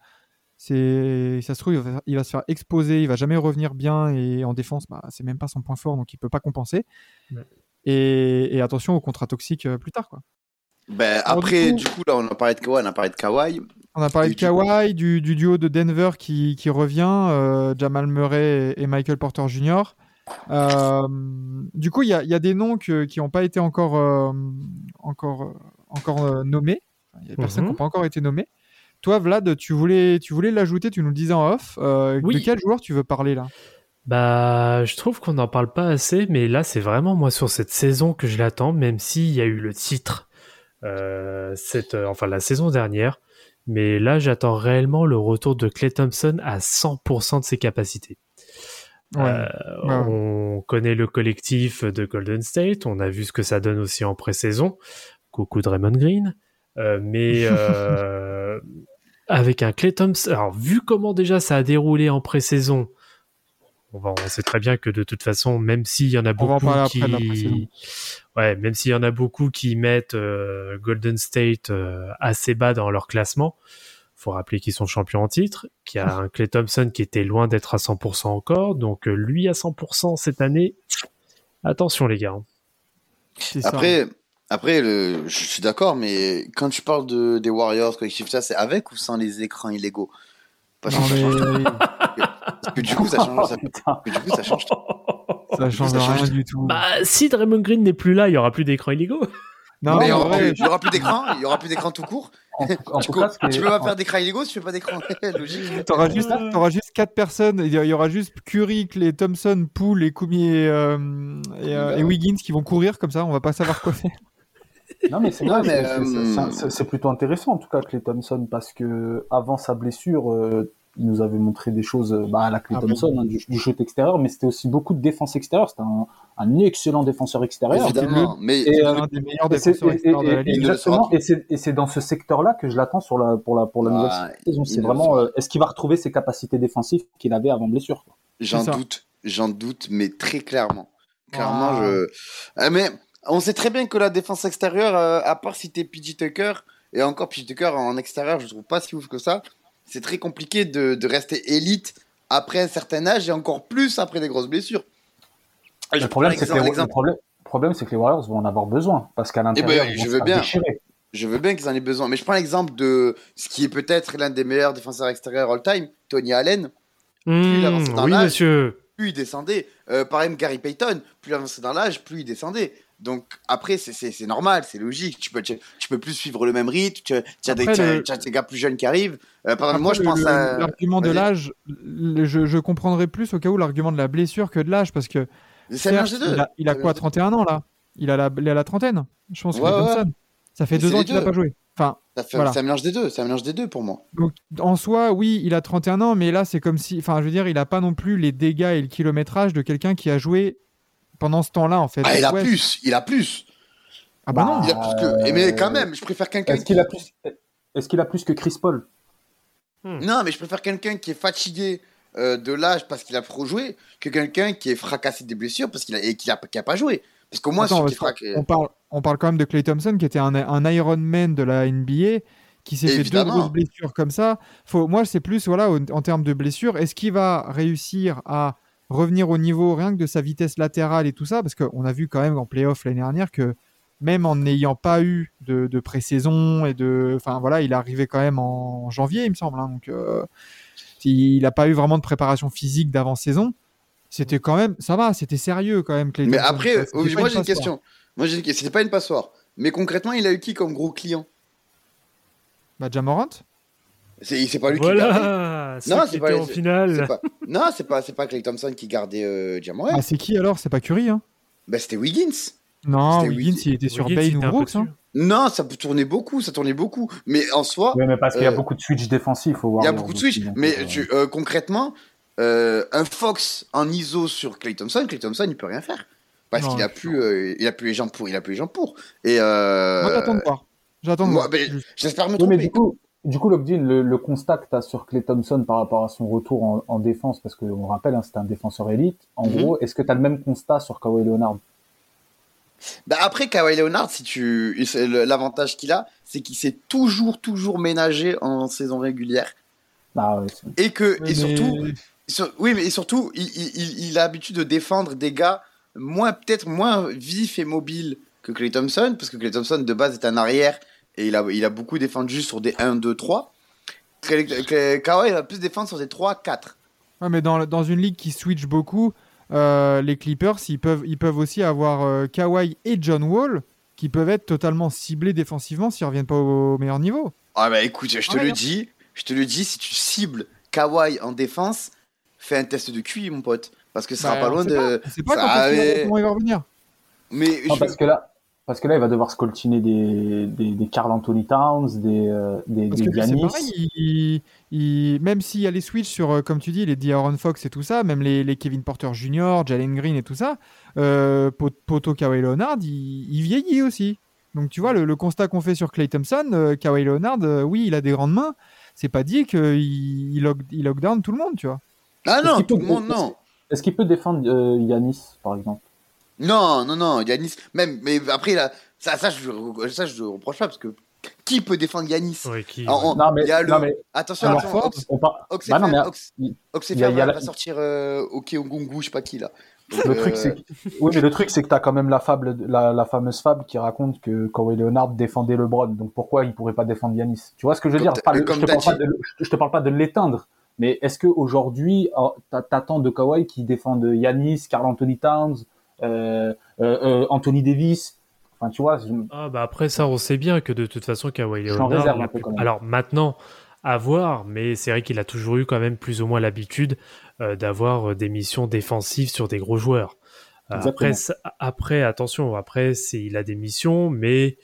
C'est, ça se trouve, il va, il va se faire exposer, il va jamais revenir bien, et en défense, bah, c'est même pas son point fort, donc il peut pas compenser. Ouais. Et, et attention aux contrats toxiques euh, plus tard, quoi. Ben, Alors, après, du coup, du coup, là, on a parlé de Kawhi, on a parlé de Kawhi. On a parlé de Kawhi, du, du duo de Denver qui, qui revient, euh, Jamal Murray et, et Michael Porter Junior Euh, du coup, il y a, y a des noms que, qui n'ont pas été encore, euh, encore, encore euh, nommés. Il y a des mm-hmm. personnes qui n'ont pas encore été nommées. Toi, Vlad, tu voulais, tu voulais l'ajouter, tu nous le disais en off. Euh, oui. De quel joueur tu veux parler là ? Bah, je trouve qu'on n'en parle pas assez, mais là, c'est vraiment moi sur cette saison que je l'attends, même s'il y a eu le titre, euh, cette, euh, enfin la saison dernière. Mais là, j'attends réellement le retour de Klay Thompson à cent pour cent de ses capacités. Ouais. Euh, ouais. On connaît le collectif de Golden State, on a vu ce que ça donne aussi en pré-saison. Coucou Draymond Green. Euh, mais euh, avec un Klay Thompson, alors vu comment déjà ça a déroulé en pré-saison, on, va, on sait très bien que de toute façon, même s'il y en a beaucoup qui, ouais, même s'il y en a beaucoup qui mettent euh, Golden State euh, assez bas dans leur classement, faut rappeler qu'ils sont champions en titre, qu'il y a un Klay Thompson qui était loin d'être à cent pour cent encore, donc euh, lui à cent pour cent cette année, attention les gars. C'est Après. Ça. Après, le, je suis d'accord, mais quand tu parles de, des Warriors, collectif, ça, c'est avec ou sans les écrans illégaux ? Parce que, non, ça mais... change... Parce que du coup, ça change. Ça... Que du coup, ça change. Ça change ça rien change... du tout. Bah, si Draymond Green n'est plus là, il y aura plus d'écrans illégaux. Non, mais il y aura, plus, il y aura plus d'écran, il y aura plus d'écran tout court. En, en tu, cas, tu peux pas faire d'écran illégaux si tu fais pas d'écran. Logique. T'auras juste, t'auras juste quatre personnes. Il y aura juste Curry, Klay Thompson, Poole et Kumi et, euh, et, euh, et Wiggins qui vont courir comme ça. On va pas savoir quoi faire. Non mais c'est, non, mais c'est, euh... c'est, c'est, c'est plutôt intéressant en tout cas Klay Thompson parce que avant sa blessure euh, il nous avait montré des choses bah, à la Klay ah, Thompson bon. hein, du, du shoot extérieur mais c'était aussi beaucoup de défense extérieure, c'était un, un excellent défenseur extérieur évidemment mais et, c'est un des meilleurs défenseurs extérieurs de la ligue exactement et c'est, et c'est dans ce secteur là que je l'attends sur la, pour la, pour la nouvelle ah, saison c'est vraiment euh, est-ce qu'il va retrouver ses capacités défensives qu'il avait avant blessure quoi. J'en doute j'en doute mais très clairement clairement ah. je ah, mais on sait très bien que la défense extérieure, euh, à part si t'es P J Tucker, et encore P J Tucker en extérieur, je trouve pas si ouf que ça, c'est très compliqué de, de rester élite après un certain âge et encore plus après des grosses blessures. Le, je problème, c'est que les, le, problème, le problème, c'est que les Warriors vont en avoir besoin, parce qu'à l'intérieur, eh ben, ils vont je veux se bien. déchirer. Je veux bien qu'ils en aient besoin, mais je prends l'exemple de ce qui est peut-être l'un des meilleurs défenseurs extérieurs all-time, Tony Allen. Mmh, plus il avançait dans oui, l'âge, monsieur. plus il descendait. Euh, pareil, Gary Payton, plus il avançait dans l'âge, plus il descendait. Donc après c'est, c'est, c'est normal, c'est logique, tu peux, tu, tu peux plus suivre le même rythme, tu as des, le... des gars plus jeunes qui arrivent. Euh, par exemple, moi je le, pense le, à... L'argument Vas-y. de l'âge, le, je, je comprendrais plus au cas où l'argument de la blessure que de l'âge, parce que certes, il a, il a quoi, trente et un ans là il a, la, il a la trentaine, je pense, ouais, ouais. comme ça. Ça fait Mais deux c'est ans les qu'il n'a deux. pas joué. Enfin, Ça fait, voilà. c'est un mélange des deux. C'est un mélange des deux pour moi. Donc, en soi, oui, il a trente et un ans, mais là, c'est comme si. Enfin, je veux dire, il n'a pas non plus les dégâts et le kilométrage de quelqu'un qui a joué pendant ce temps-là, en fait. Ah, Donc, il a ouais, plus. Il a plus. Ah bah non. Il a plus que. Mais quand même, je préfère quelqu'un. Est-ce qu'il a plus Est-ce qu'il a plus que Chris Paul? Non, mais je préfère quelqu'un qui est fatigué euh, de l'âge parce qu'il a trop joué que quelqu'un qui est fracassé des blessures parce qu'il a et qui a, qui a pas joué. Parce qu'au moins, Attends, celui qui est parce frac- qu'on- on, parle, on parle quand même de Klay Thompson, qui était un, un Iron Man de la N B A, qui s'est fait deux Évidemment. grosses blessures comme ça. Faut, moi, c'est plus, voilà, au- en termes de blessures, est-ce qu'il va réussir à revenir au niveau rien que de sa vitesse latérale et tout ça? Parce qu'on a vu quand même en playoff l'année dernière que même en n'ayant pas eu de, de pré-saison et de. Enfin, voilà, il est arrivé quand même en janvier, il me semble. Hein, donc, euh, il n'a pas eu vraiment de préparation physique d'avant-saison. C'était quand même. Ça va, c'était sérieux quand même, Klay Mais Thompson. après, C'était euh, pas moi j'ai une passoire. question. Moi j'ai une question. C'était pas une passoire. Mais concrètement, il a eu qui comme gros client? Bah, Ja Morant. C'est c'est pas lui qui gardait. Voilà, c'est Non, qui c'est était pas- en c'est- finale. C'est pas... Non, c'est pas c'est pas Klay Thompson qui gardait euh, Ja Morant. Ah, c'est qui alors? C'est pas Curry, hein? Bah c'était Wiggins. Non, C'était Wiggins, Wiggins. il était sur Wiggins, Bane il ou était un peu Brooks. Hein. dessus. Non, ça tournait beaucoup, ça tournait beaucoup. Mais en soi, Oui, mais parce qu'il y a Euh, beaucoup de switch défensifs. Faut il voir y a beaucoup de switch. Mais euh, tu- euh, concrètement, euh, un Fox en I S O sur Klay Thompson, Klay Thompson, il peut rien faire parce Non, qu'il a je- plus, euh, il a plus les jambes pour, il a plus les jambes pour. Et euh, Moi, j'attends de voir. J'attends de moi, voir. ben, Juste. j'espère me Oui, tromper. mais du coup, du coup, Lockdin, le, le constat que tu as sur Klay Thompson par rapport à son retour en, en défense, parce qu'on rappelle, hein, c'était un défenseur élite. En Mhm. gros, est-ce que tu as le même constat sur Kawhi Leonard? Bah après, Kawhi Leonard, si tu, c'est le- l'avantage qu'il a, c'est qu'il s'est toujours, toujours ménagé en saison régulière Ah, ouais, c'est- et que, Oui, et mais- surtout, sur- oui, mais et surtout, il, il, il- il a l'habitude de défendre des gars moins, peut-être moins vifs et mobiles que Klay Thompson, parce que Klay Thompson de base est un arrière et il a, il a beaucoup défendu sur des un, deux, trois. Klay- Klay- Kawhi va plus défendre sur des trois, quatre. Ouais, mais dans, dans une ligue qui switch beaucoup, euh, les Clippers, ils peuvent, ils peuvent aussi avoir euh, Kawhi et John Wall qui peuvent être totalement ciblés défensivement s'ils reviennent pas au meilleur niveau. Ah bah écoute, je te Ah, le non. dis, je te le dis, si tu cibles Kawhi en défense, fais un test de Q I, mon pote, parce que ce sera Bah, pas on loin sait de. pas. On sait pas ça- quand est-ce qu'il va- mais- comment il va revenir. Mais Non, je- parce que là, parce que là, il va devoir scoltiner des, des, des Karl Anthony Towns, des, euh, des, Parce des que lui, c'est Giannis. pareil, il- il- même s'il y a les switches sur, euh, comme tu dis, les De'Aaron Fox et tout ça, même les, les Kevin Porter Junior, Jalen Green et tout ça, euh, Pot- Poto Kawhi Leonard, il, il vieillit aussi. Donc tu vois, le, le constat qu'on fait sur Klay Thompson, euh, Kawhi Leonard, euh, oui, il a des grandes mains, c'est pas dit qu'il il lock, il lockdown tout le monde, tu vois. Ah Est-ce non, qu'il tout peut- le monde, non. Est-ce qu'il peut défendre euh, Giannis, par exemple? Non, non, non, Yanis, même, mais après, là, ça, ça, je, ça, je le reproche pas, parce que qui peut défendre Yanis? Ouais, qui, Alors, on- Non, mais- il y a le... non, mais- Attention, Alors, attention, Ford, Ox- On par- Oxefer, Bah non, mais Ox- il- Oxefer il y a- il y a va, la- va sortir euh, Ok Ongungu, je sais pas qui, là. Donc, le truc, euh, c'est que... Oui, mais le truc, c'est que t'as quand même la fable, la, la fameuse fable qui raconte que Kawhi Leonard défendait LeBron. Donc pourquoi il pourrait pas défendre Giannis? Tu vois ce que je veux Comme dire? t'as- Pas le- comme je, te t'as parle pas dit. de, je te parle pas de l'éteindre. Mais est-ce que aujourd'hui, oh, t'a- t'attends de Kawhi qui défende Giannis, Karl Anthony Towns, euh, euh, euh, Anthony Davis? Enfin, tu vois, je- Ah bah après ça, on sait bien que de toute façon Kawhi Je suis en Leonard, réserve la un peu plus- quand même. alors maintenant à voir, mais c'est vrai qu'il a toujours eu quand même plus ou moins l'habitude euh, d'avoir euh, des missions défensives sur des gros joueurs. Euh, Exactement. après, ça- après attention, après c'est il a des missions, mais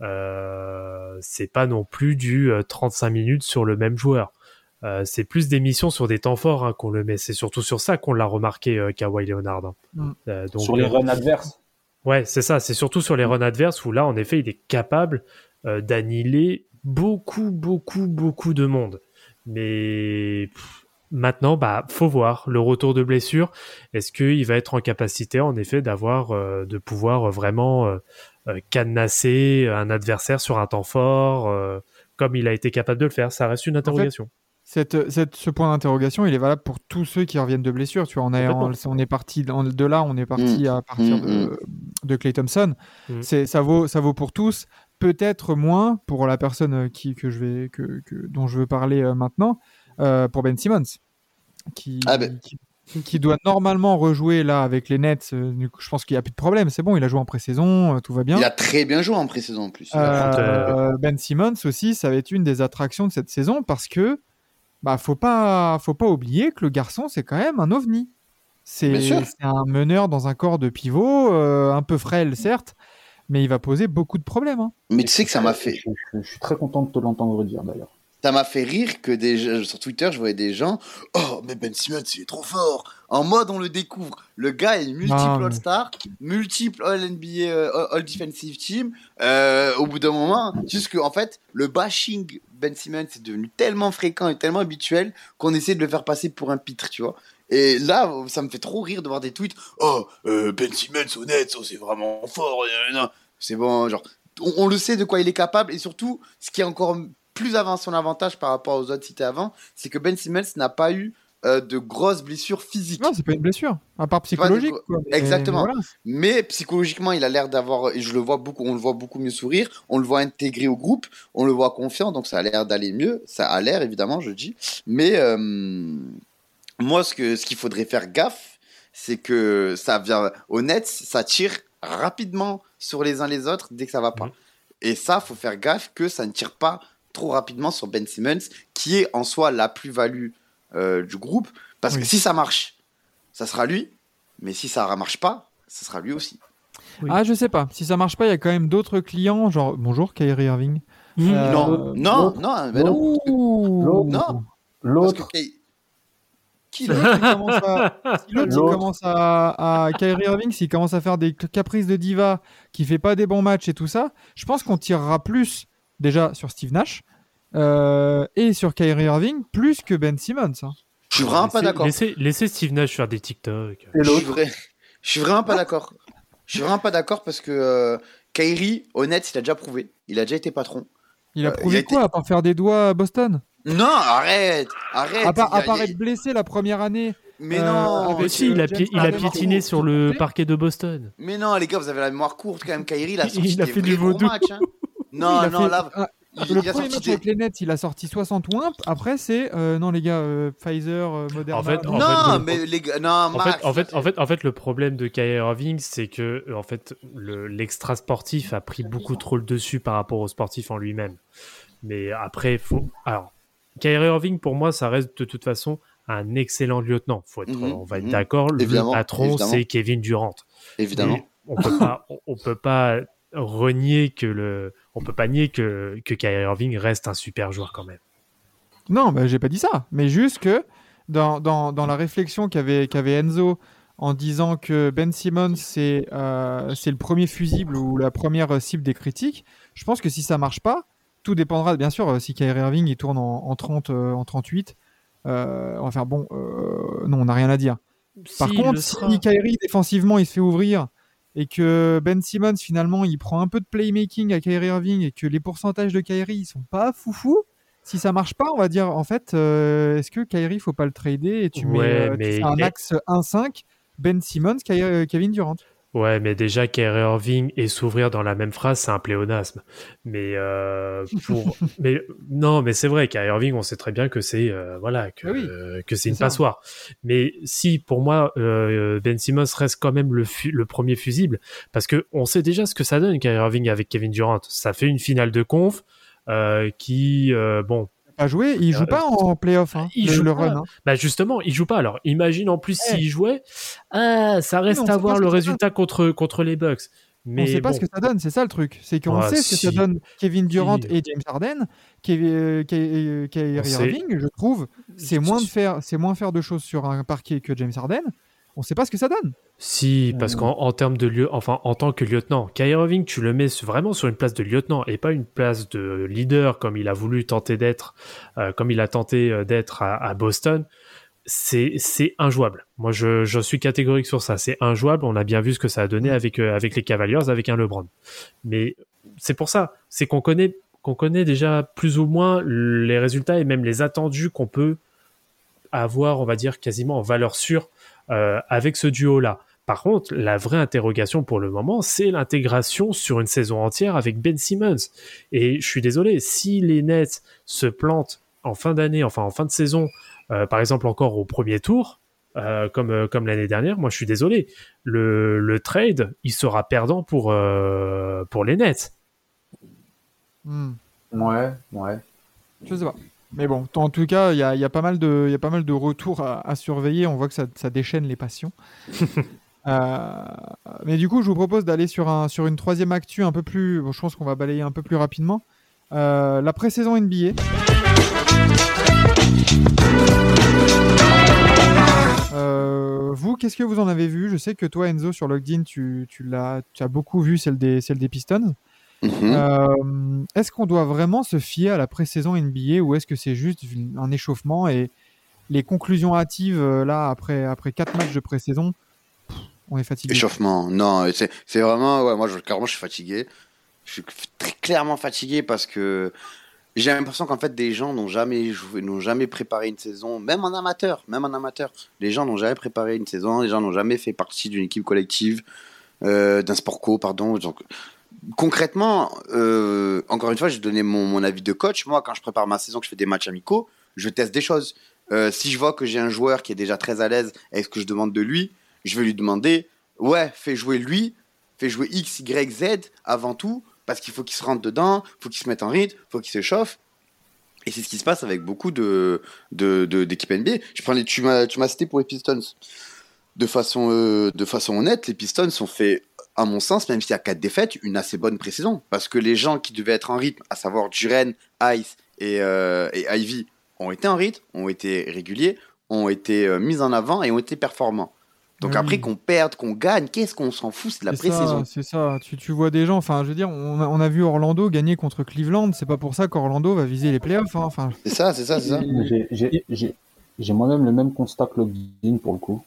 euh, c'est pas non plus du euh, trente-cinq minutes sur le même joueur. Euh, c'est plus des missions sur des temps forts hein, qu'on le met. C'est surtout sur ça qu'on l'a remarqué euh, Kawhi Leonard. hein. Mm. Euh, donc, sur les euh, runs adverses. Ouais, c'est ça. C'est surtout sur les runs adverses où là, en effet, il est capable euh, d'annihiler beaucoup, beaucoup, beaucoup de monde. Mais pff, maintenant, bah, faut voir le retour de blessure. Est-ce qu'il va être en capacité, en effet, d'avoir, euh, de pouvoir vraiment euh, euh, cadenasser un adversaire sur un temps fort, euh, comme il a été capable de le faire? Ça reste une interrogation. Cette, cette- ce point d'interrogation, il est valable pour tous ceux qui reviennent de blessure. Tu vois, on, est, on, on est parti dans- de là, on est parti à partir Mm, de, de Klay Thompson. Mm. C'est, ça, vaut, ça vaut pour tous, peut-être moins pour la personne qui, que je vais, que, que- dont je veux parler euh, maintenant, euh, pour Ben Simmons, qui, Ah ben. qui, qui doit normalement rejouer là avec les Nets. Euh, du coup, je pense qu'il n'y a plus de problème, c'est bon, il a joué en pré-saison, euh, tout va bien. Il a très bien joué en pré-saison en plus. Il a- Euh, Ben Simmons aussi, ça va être une des attractions de cette saison parce que bah faut pas faut pas oublier que le garçon c'est quand même un ovni. C'est, Bien sûr. c'est un meneur dans un corps de pivot, euh, un peu frêle certes, mais il va poser beaucoup de problèmes. Hein. Mais tu sais que ça m'a fait. Je, je- je suis très content de te l'entendre dire d'ailleurs. Ça m'a fait rire que des gens- sur Twitter, je voyais des gens. Oh, mais Ben Simmons, il est trop fort. En mode, on le découvre. Le gars est multiple Non, mais- All-Star, multiple All-N B A, euh, All-Defensive Team. Euh, au bout d'un moment, juste que, en fait, le bashing Ben Simmons est devenu tellement fréquent et tellement habituel qu'on essaie de le faire passer pour un pitre, tu vois. Et là, ça me fait trop rire de voir des tweets. Oh, euh, Ben Simmons, honnête, c'est vraiment fort. euh, non. C'est bon, genre, on, on le sait de quoi il est capable. Et surtout, ce qui est encore plus avant son avantage par rapport aux autres cités avant, c'est que Ben Simmons n'a pas eu euh, de grosses blessures physiques. Non, c'est pas une blessure, à part pas psychologique. de- quoi. Mais- Exactement. mais voilà. Mais psychologiquement, il a l'air d'avoir, et je le vois beaucoup, on le voit beaucoup mieux sourire, on le voit intégré au groupe, on le voit confiant, donc ça a l'air d'aller mieux. Ça a l'air, évidemment, je dis. Mais euh, moi, ce que ce qu'il faudrait faire gaffe, c'est que ça vient au Nets, ça tire rapidement sur les uns les autres dès que ça va pas. Mhm. Et ça, faut faire gaffe que ça ne tire pas trop rapidement sur Ben Simmons, qui est en soi la plus-value euh, du groupe. Parce Oui. que si ça marche, ça sera lui. Mais si ça ne marche pas, ça sera lui aussi. Oui. Ah, je sais pas. Si ça marche pas, il y a quand même d'autres clients, genre bonjour Kyrie Irving. Mmh. Euh, non, non, l'autre- non, ben non. Ouh. L'autre- Non. Parce L'autre, que Kay- Si l'autre il commence à, si l'autre, il L'autre. commence à, à Kyrie Irving, s'il commence à faire des caprices de diva, qui fait pas des bons matchs et tout ça, je pense qu'on tirera plus déjà sur Steve Nash euh, et sur Kyrie Irving plus que Ben Simmons. Hein. je suis vraiment pas Laissez- d'accord. Laissez, laissez Steve Nash faire des TikTok. et Je suis, l'autre, vrai... je suis vraiment pas d'accord. Je suis vraiment pas d'accord parce que euh, Kyrie, honnête, il a déjà prouvé. Il a déjà été patron. Il a Euh, prouvé il a quoi à part faire des doigts à Boston? Non, arrête, arrête. À part, il y a- à part il y a- être blessé la première année. Mais euh, non, avec- Aussi, il a, James pi- il a Harden, piétiné Marco, sur le s'il te plaît. parquet de Boston. mais non, les gars, vous avez la mémoire courte quand même. Kyrie, il a Il- sorti il a des fait vrais du gros vaudou. matchs. Hein. Non, Il a non, fait- là, ah, il, le il a premier sorti match des... avec les Nets, il a sorti soixante wimps. Après, c'est euh, non les gars, euh, Pfizer, euh, Moderna. En fait, en Non, fait, le- mais les gars, non, En Max, fait, en fait, en fait, en fait, le problème de Kyrie Irving, c'est que euh, en fait, le- l'extra sportif a pris beaucoup trop le dessus par rapport au sportif en lui-même. Mais après, faut. Alors, Kyrie Irving, pour moi, ça reste de toute façon un excellent lieutenant. Faut être, Mhm, on va être mhm. d'accord. Le Évidemment, patron, évidemment. c'est Kevin Durant. évidemment. Et on peut pas, on, on peut pas renier que le, on peut pas nier que que Kyrie Irving reste un super joueur quand même. Non, bah, j'ai pas dit ça. Mais juste que dans, dans, dans la réflexion qu'avait qu'avait Enzo en disant que Ben Simmons c'est euh, c'est le premier fusible ou la première cible des critiques, je pense que si ça marche pas, tout dépendra bien sûr euh, si Kyrie Irving il tourne en, en trente, euh, en trente-huit. Euh, on va faire bon, euh, non, on n'a rien à dire. Par Si, contre, le si sera. Kyrie défensivement il se fait ouvrir et que Ben Simmons finalement il prend un peu de playmaking à Kyrie Irving et que les pourcentages de Kyrie ils sont pas foufou, si ça marche pas, on va dire en fait, euh, est-ce que Kyrie faut pas le trader et tu mets Ouais, euh, tu mais- fais un axe un cinq Ben Simmons, Ky- euh, Kevin Durant. Ouais, mais déjà Kyrie Irving et s'ouvrir dans la même phrase, c'est un pléonasme. Mais euh, pour, mais non, mais c'est vrai, Kyrie Irving, on sait très bien que c'est euh, voilà que Ah oui, euh, que c'est c'est une ça. passoire. Mais si pour moi euh, Ben Simmons reste quand même le fu- le premier fusible, parce que on sait déjà ce que ça donne Kyrie Irving avec Kevin Durant. Ça fait une finale de conf euh, qui euh, bon. Pas joué, il joue Euh, pas en playoff, hein, il le, joue le pas. run. Hein. Bah justement, il joue pas. Alors imagine en plus Eh. s'il jouait, ah, ça on reste sait à pas voir ce le que ça résultat contre contre les Bucks. Mais on sait pas bon. ce que ça donne, c'est ça le truc. C'est qu'on Ah, sait ce que si. ça donne Kevin Durant Si. et James Harden. Kevin, euh, Ky- euh, Kyrie On sait. Irving, je trouve, c'est moins de faire, c'est moins faire de choses sur un parquet que James Harden. On sait pas ce que ça donne. Si, parce Hmm. qu'en en termes de lieu, enfin en tant que lieutenant, Kyrie Irving, tu le mets su- vraiment sur une place de lieutenant et pas une place de leader comme il a voulu tenter d'être, euh, comme il a tenté euh, d'être à, à Boston. C'est c'est injouable. Moi, je, je suis catégorique sur ça. C'est injouable. On a bien vu ce que ça a donné avec euh, avec les Cavaliers, avec un LeBron. Mais c'est pour ça, c'est qu'on connaît qu'on connaît déjà plus ou moins les résultats et même les attendus qu'on peut avoir, on va dire, quasiment en valeur sûre euh, avec ce duo-là. Par contre, la vraie interrogation pour le moment, c'est l'intégration sur une saison entière avec Ben Simmons. Et je suis désolé, si les Nets se plantent en fin d'année, enfin en fin de saison, euh, par exemple encore au premier tour, euh, comme, euh, comme l'année dernière, moi je suis désolé. Le, le trade, il sera perdant pour, euh, pour les Nets. Hmm. ouais, ouais. Je sais pas. Mais bon, en tout cas, il y a, il y a pas mal de, il y a pas mal de retours à, à surveiller. On voit que ça, ça déchaîne les passions. Euh, mais du coup, je vous propose d'aller sur, un, sur une troisième actu un peu plus. Bon, je pense qu'on va balayer un peu plus rapidement. Euh, la pré-saison N B A. Euh, vous, qu'est-ce que vous en avez vu ? Je sais que toi, Enzo, sur LinkedIn, tu, tu, l'as, tu as beaucoup vu celle des, celle des Pistons. Mm-hmm. Euh, est-ce qu'on doit vraiment se fier à la pré-saison N B A ou est-ce que c'est juste un échauffement et les conclusions hâtives, euh, là, après, après quatre matchs de pré-saison, pff, on est fatigué. Échauffement, non, c'est, c'est vraiment, ouais, moi, je, clairement, je suis fatigué. Je suis très clairement fatigué parce que j'ai l'impression qu'en fait, des gens n'ont jamais joué, n'ont jamais préparé une saison, même en amateur, même en amateur. Les gens n'ont jamais préparé une saison, les gens n'ont jamais fait partie d'une équipe collective, euh, d'un sport co, pardon. Donc, concrètement, euh, encore une fois, je vais donner mon, mon avis de coach. Moi, quand je prépare ma saison, que je fais des matchs amicaux, je teste des choses. Euh, si je vois que j'ai un joueur qui est déjà très à l'aise avec ce que je demande de lui, je vais lui demander, ouais, fais jouer lui, fais jouer X, Y, Z avant tout, parce qu'il faut qu'il se rentre dedans, il faut qu'il se mette en rythme, il faut qu'il se chauffe. Et c'est ce qui se passe avec beaucoup de, de, de, d'équipes N B A. Je prends les, tu, m'as, tu m'as cité pour les Pistons. De façon, euh, de façon honnête, les Pistons ont fait, à mon sens, même s'il y a quatre défaites, une assez bonne pré-saison. Parce que les gens qui devaient être en rythme, à savoir Duren, Ice et, euh, et Ivy, ont été en rythme, ont été réguliers, ont été euh, mis en avant et ont été performants. Donc Oui. après, qu'on perde, qu'on gagne, qu'est-ce qu'on s'en fout, c'est de la C'est ça, pré-saison. c'est ça. Tu, tu vois des gens, enfin, je veux dire, on a, on a vu Orlando gagner contre Cleveland. C'est pas pour ça qu'Orlando va viser les playoffs. Hein. Enfin, C'est ça, c'est ça, c'est ça. J'ai, j'ai, j'ai, j'ai moi-même le même constat que Login pour le coup.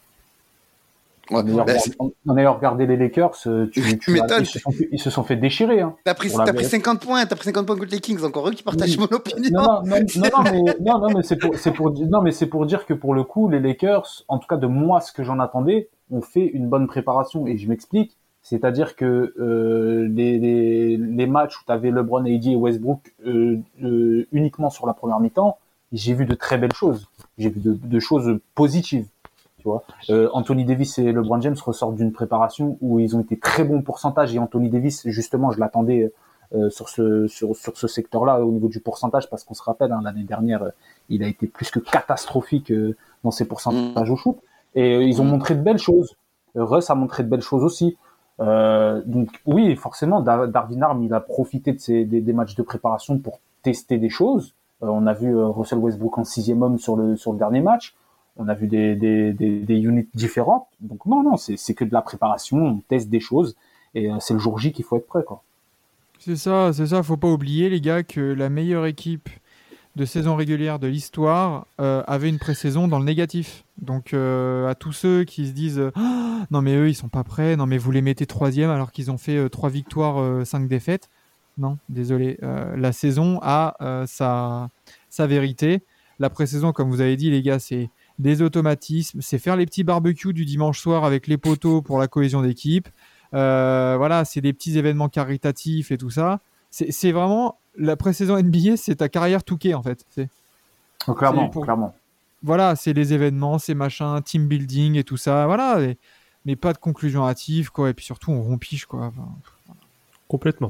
Ouais, En ayant, bah, regardé, en ayant regardé les Lakers, tu, Tu tu m'étonnes. ils, se sont fait, ils se sont fait déchirer. Hein, T'as pris, pour la t'as pris vérité. cinquante points, t'as pris cinquante points contre les Kings, encore eux qui partagent Oui. mon opinion. Non, non, non, non, non, mais, non, non, mais c'est pour, c'est pour, non, mais c'est pour dire que pour le coup, les Lakers, en tout cas de moi, ce que j'en attendais, ont fait une bonne préparation. Et je m'explique. C'est-à-dire que euh, les, les, les matchs où tu avais LeBron, A D et Westbrook euh, euh, uniquement sur la première mi-temps, j'ai vu de très belles choses. J'ai vu de, de choses positives. Tu vois, euh, Anthony Davis et LeBron James ressortent d'une préparation où ils ont été très bons pourcentage. Et Anthony Davis, justement, je l'attendais euh, sur ce sur sur ce secteur-là au niveau du pourcentage parce qu'on se rappelle, hein, l'année dernière, euh, il a été plus que catastrophique euh, dans ses pourcentages mmh. au shoot. Et euh, ils ont mmh. montré de belles choses. Euh, Russ a montré de belles choses aussi. Euh, donc oui, forcément, Darvin Ham, il a profité de ces, des, des matchs de préparation pour tester des choses. Euh, on a vu euh, Russell Westbrook en sixième homme sur le sur le dernier match. On a vu des des des, des units différentes. Donc non non, c'est c'est que de la préparation. On teste des choses et euh, c'est le jour J qu'il faut être prêt, quoi. C'est ça, c'est ça. Faut pas oublier, les gars, que la meilleure équipe de saison régulière de l'histoire euh, avait une pré-saison dans le négatif. Donc euh, à tous ceux qui se disent euh, oh, non mais eux ils sont pas prêts, non mais vous les mettez troisième alors qu'ils ont fait euh, trois victoires, euh, cinq défaites. Non, désolé. Euh, la saison a euh, sa, sa vérité. La pré-saison, comme vous avez dit les gars, c'est des automatismes, c'est faire les petits barbecues du dimanche soir avec les potos pour la cohésion d'équipe. Euh, voilà, c'est des petits événements caritatifs et tout ça. C'est, c'est vraiment la pré-saison N B A, c'est ta carrière touquée en fait. C'est, oh, clairement, c'est pour... clairement. Voilà, c'est les événements, c'est machin, team building et tout ça. Voilà, et... mais pas de conclusion hâtive quoi. Et puis surtout, on rompiche quoi. Enfin, voilà. Complètement.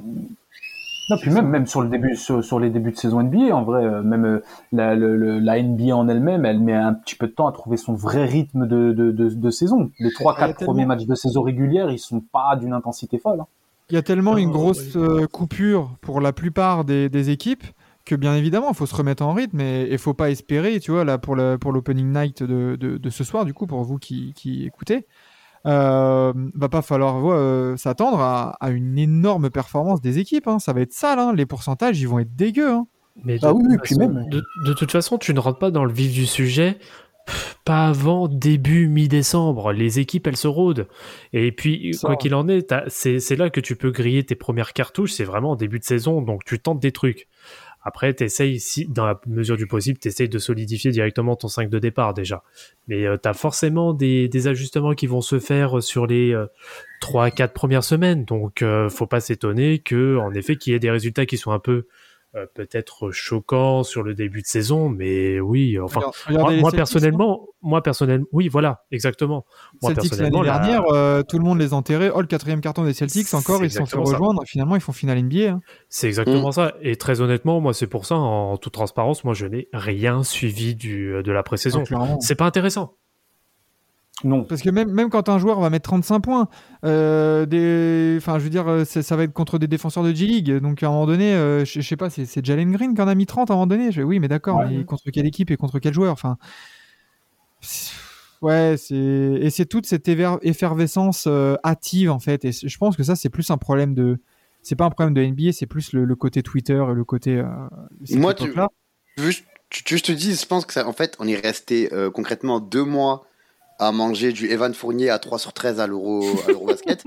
Non, puis même, même sur le début, sur, sur les débuts de saison N B A, en vrai, euh, même euh, la, le, la N B A en elle-même, elle met un petit peu de temps à trouver son vrai rythme de, de, de, de saison. Les trois, quatre premiers tellement... matchs de saison régulière, ils sont pas d'une intensité folle. Hein. Il y a tellement oh, une grosse euh, coupure pour la plupart des, des équipes que bien évidemment, il faut se remettre en rythme et il faut pas espérer, tu vois, là pour, le, pour l'opening night de, de, de ce soir, du coup, pour vous qui, qui écoutez. Euh, va pas falloir euh, s'attendre à, à une énorme performance des équipes, hein. Ça va être sale, hein. Les pourcentages ils vont être dégueux. Hein. Mais de, ah oui, oui, façon, puis même. De, de toute façon, tu ne rentres pas dans le vif du sujet, pas avant début mi-décembre. Les équipes elles se rôdent. Et puis Ça, quoi qu'il en est, c'est, c'est là que tu peux griller tes premières cartouches. C'est vraiment en début de saison, donc tu tentes des trucs. Après, t'essayes, si, dans la mesure du possible, t'essayes de solidifier directement ton cinq de départ déjà. Mais euh, t'as forcément des, des ajustements qui vont se faire sur les euh, trois à quatre premières semaines. Donc, euh, faut pas s'étonner que, en effet, qu'il y ait des résultats qui soient un peu euh, peut-être choquants sur le début de saison. Mais oui, enfin, Regarde, moi, moi personnellement, moi personnellement, oui, voilà, exactement. Moi Celtics personnellement, l'année la... dernière, euh, tout le monde les enterrait. Oh, le quatrième carton des Celtics, encore, ils se sont fait rejoindre. Ça. Finalement, ils font finale N B A. Hein. C'est exactement mmh. ça. Et très honnêtement, moi, c'est pour ça, en toute transparence, moi, je n'ai rien suivi du, de la pré-saison. Ah, c'est pas intéressant. Non. Parce que même, même quand un joueur va mettre trente-cinq points, euh, des... enfin, je veux dire, c'est, ça va être contre des défenseurs de G-League. Donc, à un moment donné, euh, je, je sais pas, c'est, c'est Jalen Green qui en a mis trente à un moment donné. Je... Oui, mais d'accord, Ouais. mais contre quelle équipe et contre quel joueur? Enfin, c'est... ouais, c'est... Et c'est toute cette éver... effervescence euh, hâtive, en fait. Et je pense que ça, c'est plus un problème de... C'est pas un problème de N B A, c'est plus le, le côté Twitter et le côté... Euh, Moi, tu... Juste, tu, tu, je te dis, je pense que ça, en fait, on est resté euh, concrètement deux mois à manger du Evan Fournier à trois sur treize à l'Euro, à l'Eurobasket.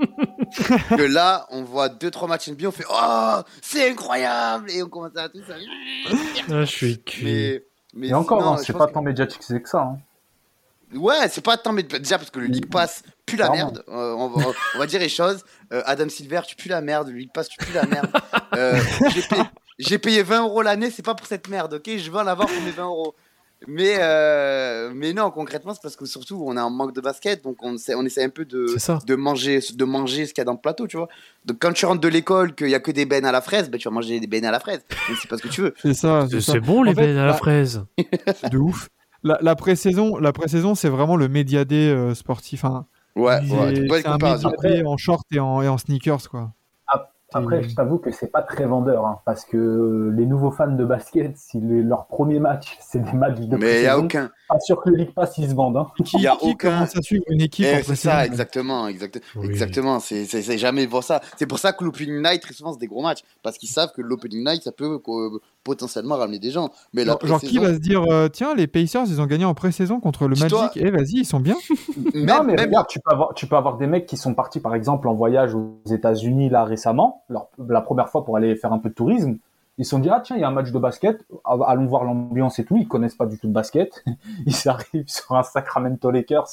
Que là, on voit deux trois matchs N B A, on fait oh, c'est incroyable et on commence à tout ça. Ah, je suis cuit. Mais, mais Et encore, sinon, hein, je c'est pense pas tant médiatisé que ça. Hein. Ouais, c'est pas tant, mais déjà parce que le League Pass pue la Clairement. merde. Euh, on, va, on va dire les choses. Euh, Adam Silver, tu pues la merde. Le League Pass, tu pues la merde. Euh, j'ai, payé, j'ai payé vingt euros l'année, c'est pas pour cette merde, ok? Je veux en avoir pour mes vingt euros. Mais, euh, mais non, concrètement, c'est parce que surtout, on a un manque de basket, donc on essaie, on essaie un peu de, de, manger, de manger ce qu'il y a dans le plateau, tu vois. Donc quand tu rentres de l'école, qu'il y a que des bennes à la fraise, ben, tu vas manger des bennes à la fraise. Donc, c'est pas ce que tu veux. C'est ça. C'est, c'est, c'est bon, les en fait, bennes à la bah, fraise. C'est de ouf. La, la pré-saison, la pré-saison, c'est vraiment le média day euh, sportif. Hein. Ouais, c'est, ouais, c'est un média day en short et en, et en sneakers, quoi. Après, je t'avoue que c'est pas très vendeur, hein, parce que les nouveaux fans de basket, si les, leur premier match, c'est des matchs de mais il y a aucun. Pas sûr que le League Pass, ils se vendent. Hein. Il y a aucun. Commence à suivre une équipe. Eh, c'est ça, exactement, exact... oui. exactement. C'est, c'est, c'est jamais pour ça. C'est pour ça que l'opening night, très souvent, c'est des gros matchs, parce qu'ils savent que l'opening night, ça peut euh, potentiellement ramener des gens. Mais genre, genre qui va se dire, euh, tiens, les Pacers, ils ont gagné en pré-saison contre le Magic. Toi... Eh, vas-y, ils sont bien. même, non, mais même... regarde, tu peux avoir, tu peux avoir des mecs qui sont partis, par exemple, en voyage aux États-Unis là récemment, leur, la première fois pour aller faire un peu de tourisme. Ils se sont dit, ah tiens, il y a un match de basket, allons voir l'ambiance et tout. Ils connaissent pas du tout de basket. Ils arrivent sur un Sacramento Lakers.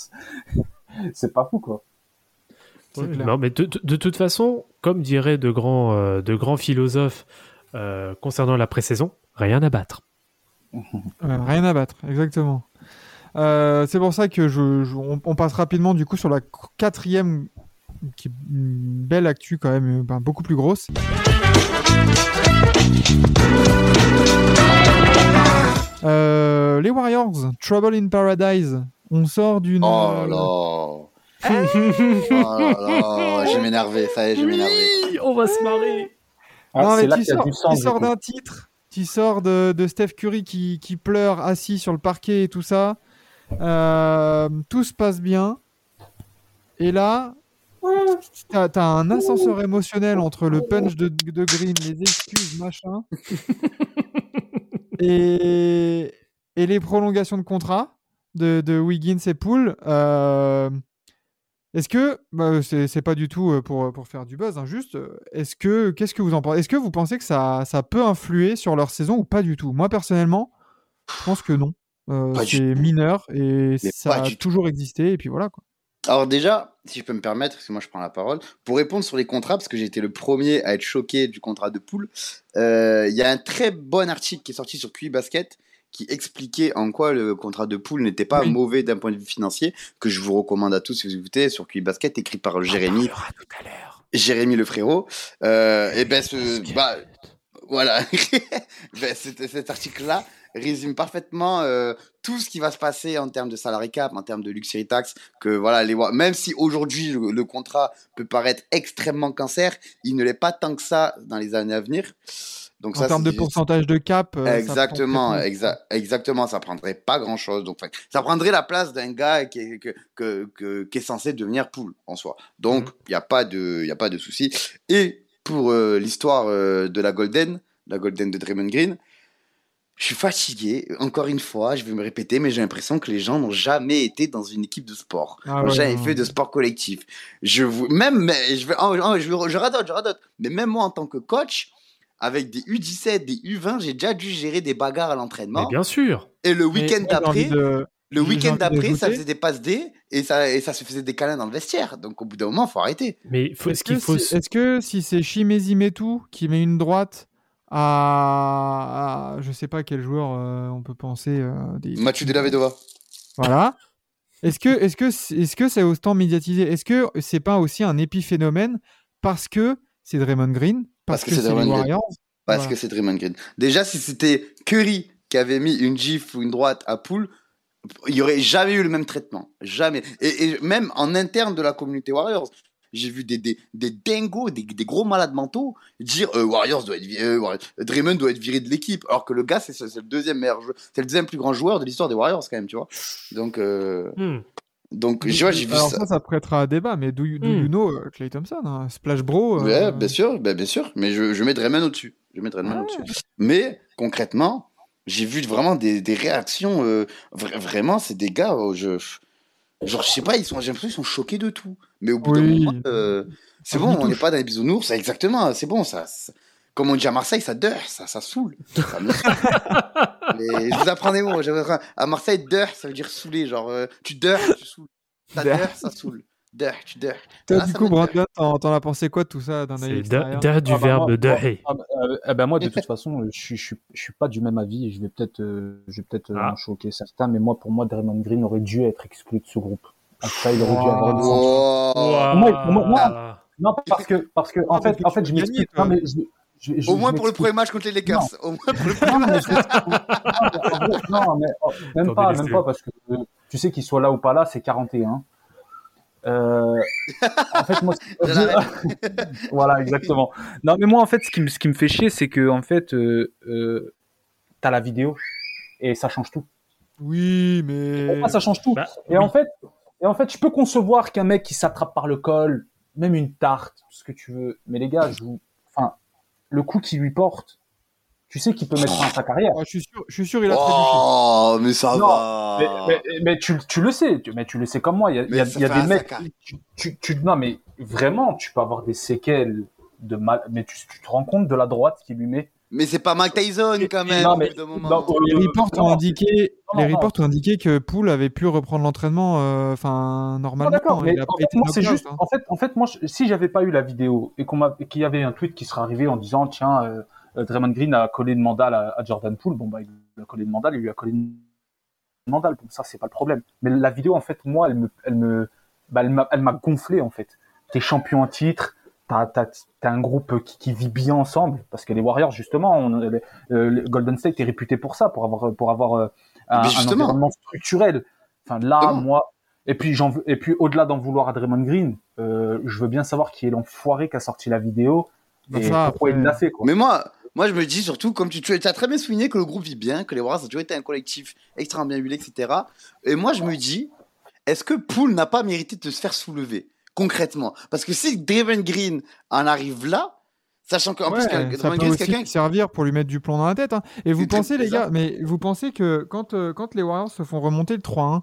C'est pas fou, quoi. Ouais, non, mais de, de, de toute façon, comme diraient de grands, euh, de grands philosophes euh, concernant la pré-saison, rien à battre. euh, rien à battre, exactement. Euh, c'est pour ça que je, je, on, on passe rapidement du coup sur la quatrième, qui est une belle actu quand même, ben, beaucoup plus grosse. Euh, les Warriors, Trouble in Paradise. On sort d'une. Oh là là. oh là là. Je vais m'énerver, ça y est, je vais m'énerver. Oui, on va se marrer. Ah, non, mais tu sors, tu sors d'un titre, tu sors de, de Steph Curry qui, qui pleure assis sur le parquet et tout ça. Euh, tout se passe bien. Et là, t'as, t'as un ascenseur émotionnel entre le punch de, de Green, les excuses, machin. Et, et les prolongations de contrat de, de Wiggins et Poole. Euh, est-ce que, bah, c'est, c'est pas du tout pour, pour faire du buzz, hein, juste, est-ce que, qu'est-ce que vous en pensez? Est-ce que vous pensez que ça, ça peut influer sur leur saison ou pas du tout? Moi, personnellement, je pense que non. Euh, c'est mineur et Mais ça a toujours tout. existé et puis voilà, quoi. Alors déjà, si je peux me permettre, parce que moi je prends la parole, pour répondre sur les contrats, parce que j'ai été le premier à être choqué du contrat de Poole, il euh, y a un très bon article qui est sorti sur Q I Basket qui expliquait en quoi le contrat de Poole n'était pas oui. mauvais d'un point de vue financier, que je vous recommande à tous si vous écoutez, sur Q I Basket, écrit par Jérémy, tout à l'heure. Jérémy le frérot. Euh, et ben ce, bah, voilà, ben, cet, cet article-là résume parfaitement euh, tout ce qui va se passer en termes de salary cap, en termes de luxury tax, que voilà, les, même si aujourd'hui le, le contrat peut paraître extrêmement cancer, il ne l'est pas tant que ça dans les années à venir. Donc en ça, termes de juste... pourcentage de cap, euh, exactement, ça exa- exactement, ça prendrait pas grand chose. Donc ça prendrait la place d'un gars qui est, que, que, que, qui est censé devenir Poole en soi. Donc il mmh. n'y a pas de, il y a pas de souci. Et pour euh, l'histoire euh, de la Golden, la Golden de Draymond Green. Je suis fatigué, encore une fois, je vais me répéter, mais j'ai l'impression que les gens n'ont jamais été dans une équipe de sport, ah n'ont ouais, jamais non. fait de sport collectif. Je vous, même, mais, je, vais, oh, oh, je, vais, je radote, je radote, mais même moi en tant que coach, avec des U dix-sept, des U vingt, j'ai déjà dû gérer des bagarres à l'entraînement. Mais bien sûr. Et le week-end mais, d'après, de... le week-end d'après, ça faisait des passes D et ça, et ça se faisait des câlins dans le vestiaire. Donc au bout d'un moment, il faut arrêter. Mais faut, est-ce, ce qu'il que faut... si, est-ce que si c'est Chimezi Metu qui met une droite À, à je sais pas quel joueur euh, on peut penser euh, des... Mathieu Delavedova. Voilà. Est-ce que est-ce que est-ce que c'est autant médiatisé? Est-ce que c'est pas aussi un épiphénomène parce que c'est Draymond Green, parce, parce que, que c'est, c'est les Warriors, parce voilà. que c'est Draymond Green. Déjà si c'était Curry qui avait mis une gifle ou une droite à Poole, il y aurait jamais eu le même traitement, jamais. Et, et même en interne de la communauté Warriors, j'ai vu des des des dingos, des, des gros malades mentaux dire euh, Warriors doit être euh, Draymond doit être viré de l'équipe, alors que le gars c'est, c'est le deuxième meilleur joueur, c'est le deuxième plus grand joueur de l'histoire des Warriors quand même, tu vois. Donc euh, hmm. donc je vois, j'ai vu alors ça. ça, ça prêtera à débat, mais do you, do hmm. you know uh, Klay Thompson, hein, Splash Bro. Ouais, euh... bien sûr, ben, bien sûr, mais je je mets Draymond au-dessus, je mets Draymond ouais. au-dessus. Mais concrètement, j'ai vu vraiment des des réactions euh, vra- vraiment, c'est des gars, oh, je genre je sais pas, ils sont j'ai l'impression qu'ils sont choqués de tout. Mais au bout oui. d'un moment, euh, c'est bon, on n'est pas dans les bisounours, exactement, c'est bon, ça, ça. Comme on dit à Marseille, ça deur, ça, ça saoule. Ça me... Mais je vous apprends des mots. À Marseille, deur, ça veut dire saouler, genre euh, tu deurs, tu saoules. Ça deur, ça saoule. Deur, tu deurs. Toi, du coup, Brandon, t'en, t'en as pensé quoi de tout ça d'un œil extérieur ? Deur du ah, bah, verbe deurer. Ah, bah, euh, ben moi, de toute façon, je, je, je, je suis pas du même avis et je vais peut-être, euh, je vais peut-être ah. en choquer certains, mais moi, pour moi, Draymond Green aurait dû être exclu de ce groupe. En tout cas, il aurait dû avoir une sanction. Wow. Moi, moi, moi, non, parce que, parce que, en fait, en fait, je m'explique. Non, mais je, je, je, Au moins je pour le premier match contre les Lakers. Non. Au moins pour le premier match. Non, mais oh, même pas, même pas, parce que euh, tu sais qu'il soit là ou pas là, c'est quarante et un. Euh, en fait, moi, voilà, exactement. Non, mais moi, en fait, ce qui me, ce qui me fait chier, c'est que, en fait, euh, euh, t'as la vidéo et ça change tout. Oui, mais moi, ça change tout. Bah, et oui. en fait, et en fait, je peux concevoir qu'un mec qui s'attrape par le col, même une tarte, ce que tu veux. Mais les gars, je vous, enfin, le coup qu'il lui porte, tu sais qu'il peut mettre fin à sa carrière. Oh, je suis sûr, je suis sûr, il a Oh, mais ça non, va. Mais, mais, mais tu, tu le sais, tu, mais tu le sais comme moi. Il y a, il y a, il y a des mecs. Tu, tu, tu, non, mais vraiment, tu peux avoir des séquelles de mal. Mais tu, tu te rends compte de la droite qui lui met. Mais c'est pas Mike Tyson quand même. Non, mais, non, les reports ont indiqué, non, les reports ont indiqué que Poole avait pu reprendre l'entraînement, enfin euh, normalement. Non, d'accord, mais il a en, pas fait, été moi, c'est juste, hein. en fait, en fait, moi, je, si j'avais pas eu la vidéo et qu'on m'a, qu'il y avait un tweet qui serait arrivé en disant, tiens, euh, Draymond Green a collé une mandale à, à Jordan Poole, bon bah il a collé une mandale, il lui a collé une mandale, donc ça c'est pas le problème. Mais la vidéo, en fait, moi, elle me, elle me, bah, elle m'a, elle m'a gonflé en fait. T'es champion en titre. T'as, t'as, t'as un groupe qui, qui vit bien ensemble, parce que les Warriors, justement, on, les, euh, Golden State est réputé pour ça, pour avoir, pour avoir euh, un, un environnement structurel. Enfin, là, Comment moi, et puis, j'en veux, et puis, au-delà d'en vouloir à Draymond Green, euh, je veux bien savoir qui est l'enfoiré qui a sorti la vidéo et ça, pourquoi après... il l'a fait, quoi. Mais moi, moi, je me dis surtout, comme tu, tu as très bien souligné que le groupe vit bien, que les Warriors ont toujours été un collectif extrêmement bien huilé, et cetera. Et moi, je me dis, est-ce que Poole n'a pas mérité de se faire soulever? Concrètement, parce que si Draymond Green en arrive là, sachant qu'en ouais, plus ça peut aussi quelqu'un qui servir pour lui mettre du plomb dans la tête. Hein. Et vous pensez, les gars, mais vous pensez que quand euh, quand les Warriors se font remonter le trois un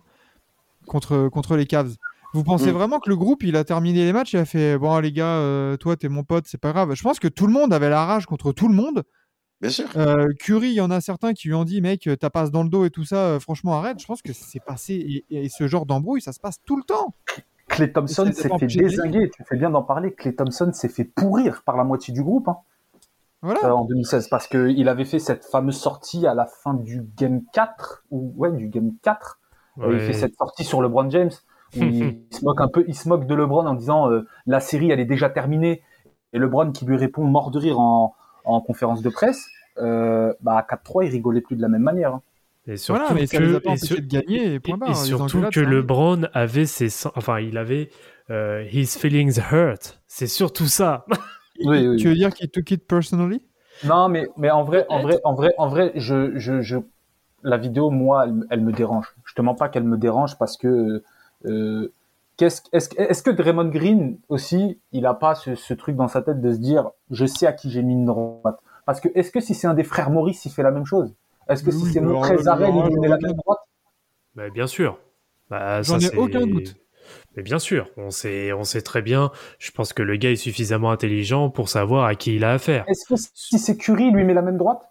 contre contre les Cavs, vous pensez mm. vraiment que le groupe il a terminé les matchs et a fait bon les gars, euh, toi t'es mon pote, c'est pas grave. Je pense que tout le monde avait la rage contre tout le monde. Bien sûr. Euh, Curry, il y en a certains qui lui ont dit mec, ta passe dans le dos et tout ça, euh, franchement arrête. Je pense que c'est passé et, et ce genre d'embrouille, ça se passe tout le temps. Klay Thompson s'est fait dézinguer, tu fais bien d'en parler. Klay Thompson s'est fait pourrir par la moitié du groupe hein, voilà. euh, en deux mille seize parce qu'il avait fait cette fameuse sortie à la fin du Game quatre, ou ouais, du Game quatre. Ouais. Euh, il fait cette sortie sur LeBron James où il, il se moque un peu, il se moque de LeBron en disant euh, la série elle est déjà terminée et LeBron qui lui répond mort de rire en, en conférence de presse. Euh, bah à quatre trois il rigolait plus de la même manière. Hein. Et surtout voilà, mais que, ça les a pas empêchés de gagner et point barre. Et surtout que LeBron avait ses, enfin, il avait uh, his feelings hurt. C'est surtout ça. Oui, oui, tu veux dire qu'il took it personally? Non, mais mais en vrai, en vrai, en vrai, en vrai, je je je la vidéo, moi, elle, elle me dérange. Je te mens pas qu'elle me dérange parce que euh, qu'est-ce est-ce est-ce que Draymond Green aussi, il a pas ce, ce truc dans sa tête de se dire, je sais à qui j'ai mis une droite. Parce que est-ce que si c'est un des frères Maurice, il fait la même chose? Est-ce que oui, si c'est Montrezarel, il lui met la même droite? Bah, bien sûr. Bah, J'en ça, ai c'est... aucun doute. Mais bien sûr, on sait, on sait très bien. Je pense que le gars est suffisamment intelligent pour savoir à qui il a affaire. Est-ce que si c'est Curry, il lui met la même droite?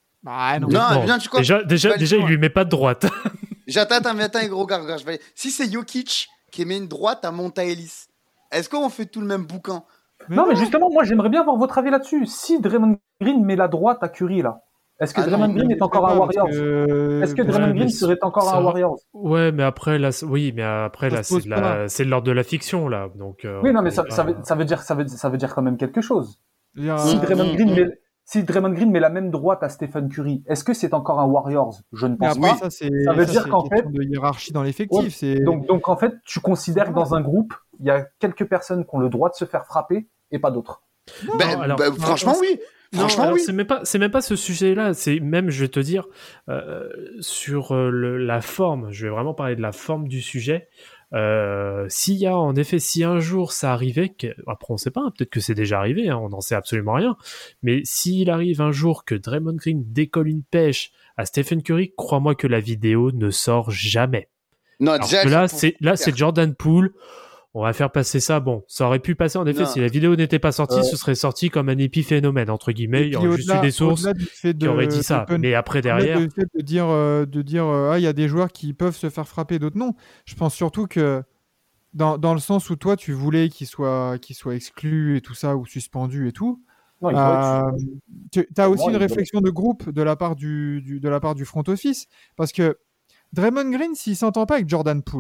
Bah non. Non, non. Bien, tu déjà, déjà, déjà, il lui met pas de droite. J'attends, attends, attends, gros gars, je vais... Si c'est Jokic qui met une droite à Monta Ellis, est-ce qu'on fait tout le même boucan? mais Non, non, mais justement, moi, j'aimerais bien avoir votre avis là-dessus. Si Draymond Green met la droite à Curry, là, est-ce que ah Draymond Green est encore un Warriors que... Est-ce que Draymond ouais, Green serait encore ça... un Warriors? Ouais, mais après là, oui, mais après là, c'est, la... c'est l'ordre de la fiction là, donc. Euh, oui, non, mais ça, pas... ça, veut, ça veut dire, ça veut, ça veut dire quand même quelque chose. Il y a... Si Draymond Green met, si Draymond Green met la même droite à Stephen Curry, est-ce que c'est encore un Warriors? Je ne pense après, pas. ça, c'est, Ça veut ça, dire c'est qu'en une question fait- de hiérarchie dans l'effectif. Ouais, c'est... Donc, donc en fait, tu considères que dans un groupe, il y a quelques personnes qui ont le droit de se faire frapper et pas d'autres. Ben, Non, alors- ben, franchement, oui. Non, Franchement, alors, oui. c'est même pas, c'est même pas ce sujet-là. C'est même, je vais te dire, euh, sur euh, le, la forme. Je vais vraiment parler de la forme du sujet. Euh, s'il y a, en effet, si un jour ça arrivait, que, après on sait pas, hein, peut-être que c'est déjà arrivé, hein, on n'en sait absolument rien. Mais s'il arrive un jour que Draymond Green décolle une pêche à Stephen Curry, crois-moi que la vidéo ne sort jamais. Non, Alors déjà, que là, pour- c'est là, c'est Jordan Poole. On va faire passer ça. Bon, ça aurait pu passer en effet Non. si la vidéo n'était pas sortie, Euh. ce serait sorti comme un épiphénomène entre guillemets. Et Il y puis aurait juste eu au-delà- des sources au-delà du fait qui de- auraient dit de ça. pun- Mais après au-delà derrière, du fait de dire, euh, de dire euh, ah, il y a des joueurs qui peuvent se faire frapper, d'autres non. Je pense surtout que dans, dans le sens où toi, tu voulais qu'ils soient, qu'ils soient exclus et tout ça, ou suspendus et tout, Non, il faut euh, être- tu as aussi moi, une il réflexion de groupe de la part du, du- de la part du front office. Parce que Draymond Green, s'il s'entend pas avec Jordan Poole,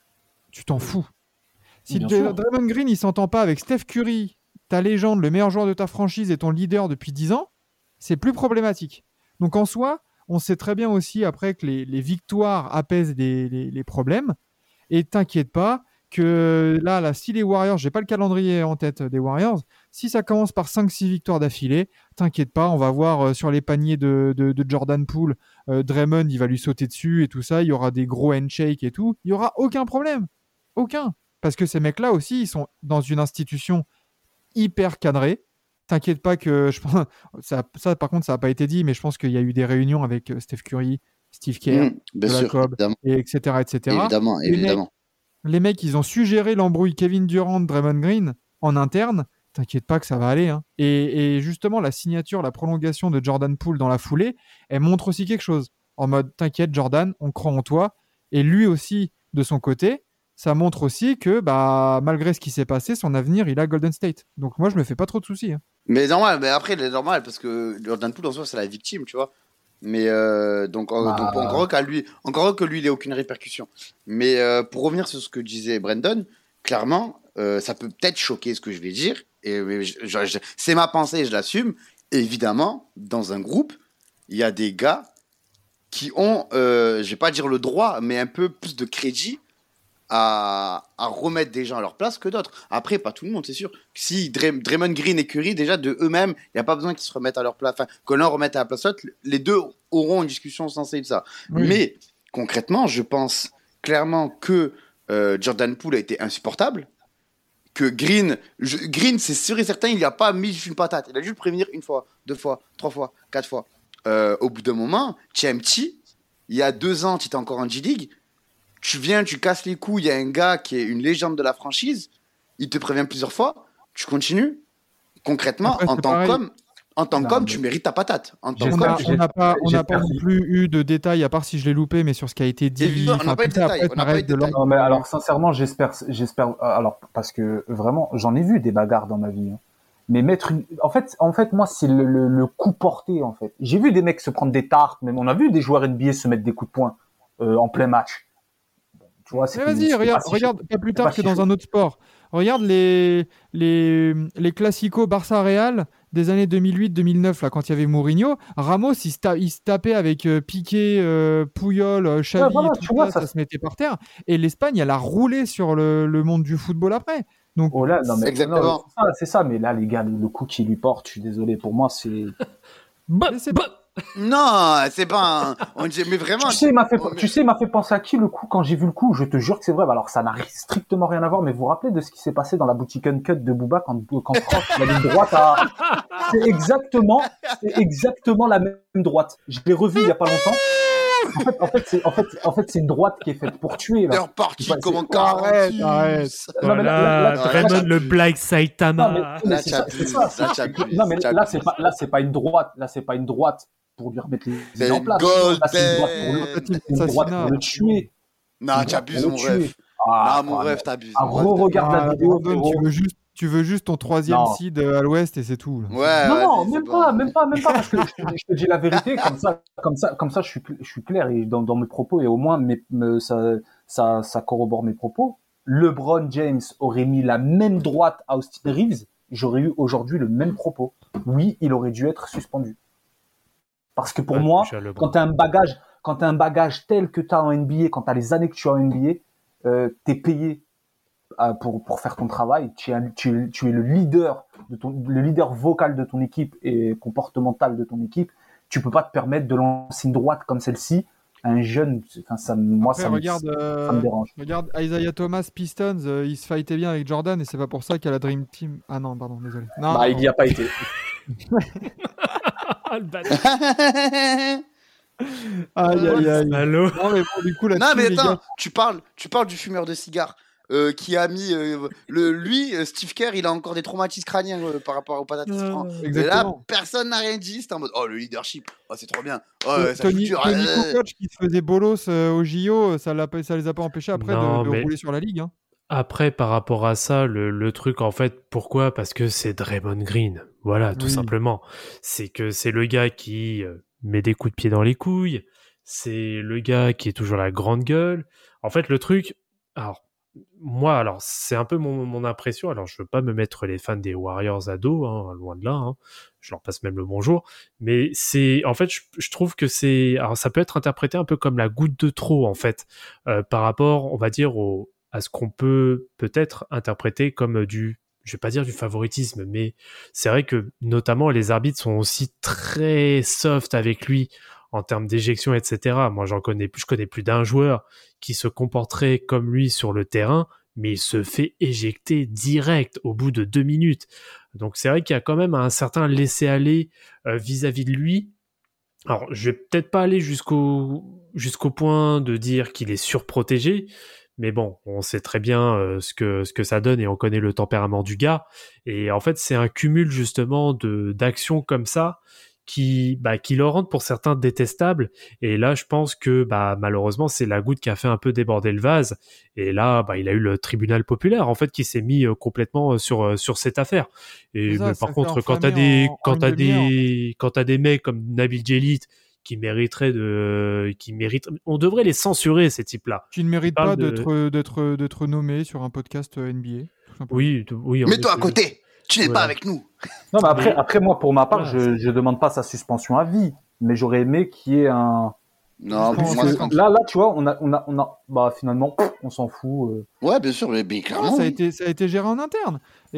tu t'en fous. Si Bien Dra- sûr. Draymond Green, il s'entend pas avec Steph Curry, ta légende, le meilleur joueur de ta franchise et ton leader depuis dix ans, c'est plus problématique. Donc en soi, on sait très bien aussi après que les, les victoires apaisent les, les- les problèmes. Et t'inquiète pas que là, là, si les Warriors, j'ai pas le calendrier en tête des Warriors, si ça commence par cinq six victoires d'affilée, t'inquiète pas, on va voir euh, sur les paniers de, de- de Jordan Poole, euh, Draymond, il va lui sauter dessus et tout ça, il y aura des gros handshakes et tout, il y aura aucun problème. Aucun. Parce que ces mecs-là aussi, ils sont dans une institution hyper cadrée. T'inquiète pas que je pense ça, ça par contre ça n'a pas été dit, mais je pense qu'il y a eu des réunions avec euh, Steph Curry, Steve Kerr, Mmh, bien de la sûr, Cobb, évidemment, et etc etc. évidemment, Les mecs- évidemment. Les mecs, ils ont suggéré l'embrouille Kevin Durant, Draymond Green en interne. T'inquiète pas que ça va aller. Hein. Et, et justement, la signature, la prolongation de Jordan Poole dans la foulée, elle montre aussi quelque chose. En mode, t'inquiète Jordan, on croit en toi. Et lui aussi, de son côté, ça montre aussi que bah, malgré ce qui s'est passé, son avenir, il a Golden State. Donc moi, je me fais pas trop de soucis. Hein. Mais normal, mais après, c'est normal parce que Jordan Poole en soi, c'est la victime, tu vois. Mais euh, donc, euh, Bah. donc encore qu'à lui, encore que lui, il ait aucune répercussion. Mais euh, pour revenir sur ce que disait Brandon, clairement, euh, ça peut peut-être choquer ce que je vais dire. Et mais je- je- je- c'est ma pensée, je l'assume. Évidemment, dans un groupe, il y a des gars qui ont, euh, je vais pas dire le droit, mais un peu plus de crédit à, à remettre des gens à leur place que d'autres. Après, pas tout le monde, c'est sûr. Si Dray- Draymond Green et Curry, déjà de eux-mêmes, il n'y a pas besoin qu'ils se remettent à leur place, enfin, que l'un remette à la place de l'autre, les deux auront une discussion sensée de ça. Oui. Mais concrètement, je pense clairement que euh, Jordan Poole a été insupportable. Que Green, je- Green, c'est sûr et certain, il n'y a pas mis une patate. Il a dû le prévenir une fois, deux fois, trois fois, quatre fois. Euh, au bout d'un moment, tu es un petit. Il y a deux ans, tu étais encore en G-League. Tu viens, tu casses les couilles. Il y a un gars qui est une légende de la franchise. Il te prévient plusieurs fois. Tu continues. Concrètement, Après, en c'est tant pareil. qu'homme, en tant Non, qu'homme, mais- tu mérites ta patate. En tant On J'espère n'a qu'homme, que on n'a pas, on n'a j'espère pas non que- plus eu de détails, à part si je l'ai loupé, mais sur ce qui a été dit. Évidemment, on n'a Enfin, pas eu tout de ça, détails, après, on ça n'a pas eu reste de de l'ordre. détails. Non, mais alors, sincèrement, j'espère, j'espère, alors, parce que vraiment, j'en ai vu des bagarres dans ma vie. Hein. Mais mettre une, en fait, en fait, moi, c'est le, le, le coup porté, en fait. J'ai vu des mecs se prendre des tartes, même on a vu des joueurs N B A se mettre des coups de poing, euh, en plein match. Bon, tu vois, c'est Mais vas-y, regarde, si regarde pas plus c'est tard pas que si dans chaud. un autre sport. Regarde les, les, les classicos Barça-Real des années deux mille huit deux mille neuf, là, quand il y avait Mourinho. Ramos, il se, ta- il se tapait avec euh, Piqué, euh, Puyol, euh, Xavi, Ouais, voilà, et tout tu vois, ça, ça ça se- se mettait par terre. Et l'Espagne, elle a roulé sur le, le monde du football après. Donc, Oh là, non, mais, Exactement. non, c'est ça, c'est ça, mais là, les gars, le, le coup qu'il lui porte, je suis désolé, pour moi, c'est, Bah, Mais c'est- bah, non, c'est pas un... on dit- mais vraiment... tu sais, il m'a fait, on- mais- tu sais, il m'a fait penser à qui le coup quand j'ai vu le coup. Je te jure que c'est vrai. Alors ça n'a strictement rien à voir, mais vous vous rappelez de ce qui s'est passé dans la boutique Uncut de Booba quand quand Prof il avait une droite à. C'est exactement, c'est exactement la même droite. Je l'ai revu il y a pas longtemps. En fait, en fait, c'est, en fait, en fait, c'est une droite qui est faite pour tuer. T'es Là. reparti C'est pas- comme un c'est- Arrête, quarante-six. arrête. Non, mais là- voilà, là- là- là- Draymond là- le Black Saitama. Non, mais, mais Là, c'est tu ça, abuses, c'est ça. là, c'est tu ça. abuses, Non, mais tu là, abuses. c'est pas, là, c'est pas une droite. Là, c'est pas une droite pour lui remettre les C'est idées en une place. Là, c'est une droite pour le, Golden. c'est une droite pour le tuer. Non, Une tu droite abuses, pour mon le tuer. ref. Ah, Non, mon ah, ref, t'abuses. Ah, mon ref, re-regarde Ah, la vidéo, Brandon, frérot. tu veux juste, tu veux juste ton troisième Non. seed à l'ouest et c'est tout. là. t'abuses. Ouais, Non, vas-y, non, c'est même bon. pas, même pas, même pas, parce que je te, dis- je te dis la vérité, comme ça, comme ça, comme ça, je suis, cl- je suis clair et dans, dans mes propos et au moins mes, me- ça, ça, ça corrobore mes propos. LeBron James aurait mis la même droite à Austin Reeves, j'aurais eu aujourd'hui le même propos. oui, il aurait dû être suspendu. Parce que pour Ouais, moi, touché à LeBron. quand tu as un bagage, quand tu as un bagage tel que tu as en N B A, quand tu as les années que tu as en N B A, euh, tu es payé euh, pour, pour faire ton travail. Tu es, un- tu es, tu es le leader de ton, le leader vocal de ton équipe et comportemental de ton équipe. Tu peux pas te permettre de lancer une droite comme celle-ci à un jeune. Enfin, ça, moi, Après, ça, me, regarde, euh, ça me dérange. regarde Isaiah Thomas, Pistons, euh, il se fightait bien avec Jordan et c'est pas pour ça qu'à la Dream Team. Ah non, pardon, désolé. Non, Bah, il n'y a pas été. Ah, le bâtard. aïe, aïe, aïe. Allô. Non, mais bon, du coup, là-dessus, Non, mais les attends, gars, tu parles, tu parles du fumeur de cigares euh, qui a mis. euh, le, lui, euh, Steve Kerr, il a encore des traumatismes crâniens euh, par rapport aux patates francs. Et là, exactement. personne n'a rien dit. C'était en mode, oh, le leadership, oh, c'est trop bien. Oh, Euh, ça Tony, fout dur. Tony euh. Kukoc qui se faisait bolos euh, au J O, ça, l'a pas- ça les a pas empêchés après Non, de, de mais- rouler sur la ligue. Hein. Après, par rapport à ça, le, le truc, en fait, pourquoi? Parce que c'est Draymond Green. Voilà, tout Oui. simplement. C'est que c'est le gars qui euh, met des coups de pied dans les couilles. C'est le gars qui est toujours la grande gueule. En fait, le truc, alors, moi, alors, c'est un peu mon, mon impression. Alors, je veux pas me mettre les fans des Warriors à dos, hein, loin de là. Hein. Je leur passe même le bonjour. Mais c'est, en fait, je, je trouve que c'est, alors, ça peut être interprété un peu comme la goutte de trop, en fait, euh, par rapport, on va dire, au à ce qu'on peut peut-être interpréter comme du, je vais pas dire du favoritisme, mais c'est vrai que notamment les arbitres sont aussi très soft avec lui en termes d'éjection, et cetera. Moi, j'en connais plus, je connais plus d'un joueur qui se comporterait comme lui sur le terrain, mais il se fait éjecter direct au bout de deux minutes. Donc c'est vrai qu'il y a quand même un certain laisser-aller euh, vis-à-vis de lui. Alors, je vais peut-être pas aller jusqu'au jusqu'au point de dire qu'il est surprotégé, mais bon, on sait très bien euh, ce que ce que ça donne et on connaît le tempérament du gars. Et en fait, c'est un cumul justement de d'actions comme ça qui bah qui le rendent pour certains détestables. Et là, je pense que bah malheureusement, c'est la goutte qui a fait un peu déborder le vase. Et là, bah il a eu le tribunal populaire en fait qui s'est mis euh, complètement euh, sur euh, sur cette affaire. Et C'est ça, mais ça par fait contre, quand t'as enflammer des en- en quand une t'as demi-heure. des quand t'as des mecs comme Nabil Djellit qui mériteraient de qui méritent on devrait les censurer ces types-là. Qui ne mérite parle pas de- d'être, d'être, d'être nommé sur un podcast euh, N B A. Tout simplement. Oui, t- oui. en Mets-toi à effet. côté. Tu n'es Voilà. pas avec nous. Non, mais après, Mais- après moi, pour ma part, Voilà, je, je demande pas sa suspension à vie, mais j'aurais aimé qu'il y ait un. Non, Je pour pense moi, que c'est quand- Là, là, tu vois, on a, on a, on a, bah finalement, on s'en fout. euh. Ouais, bien sûr, mais, mais Non, clairement. ça, a oui. été, ça a été géré en interne.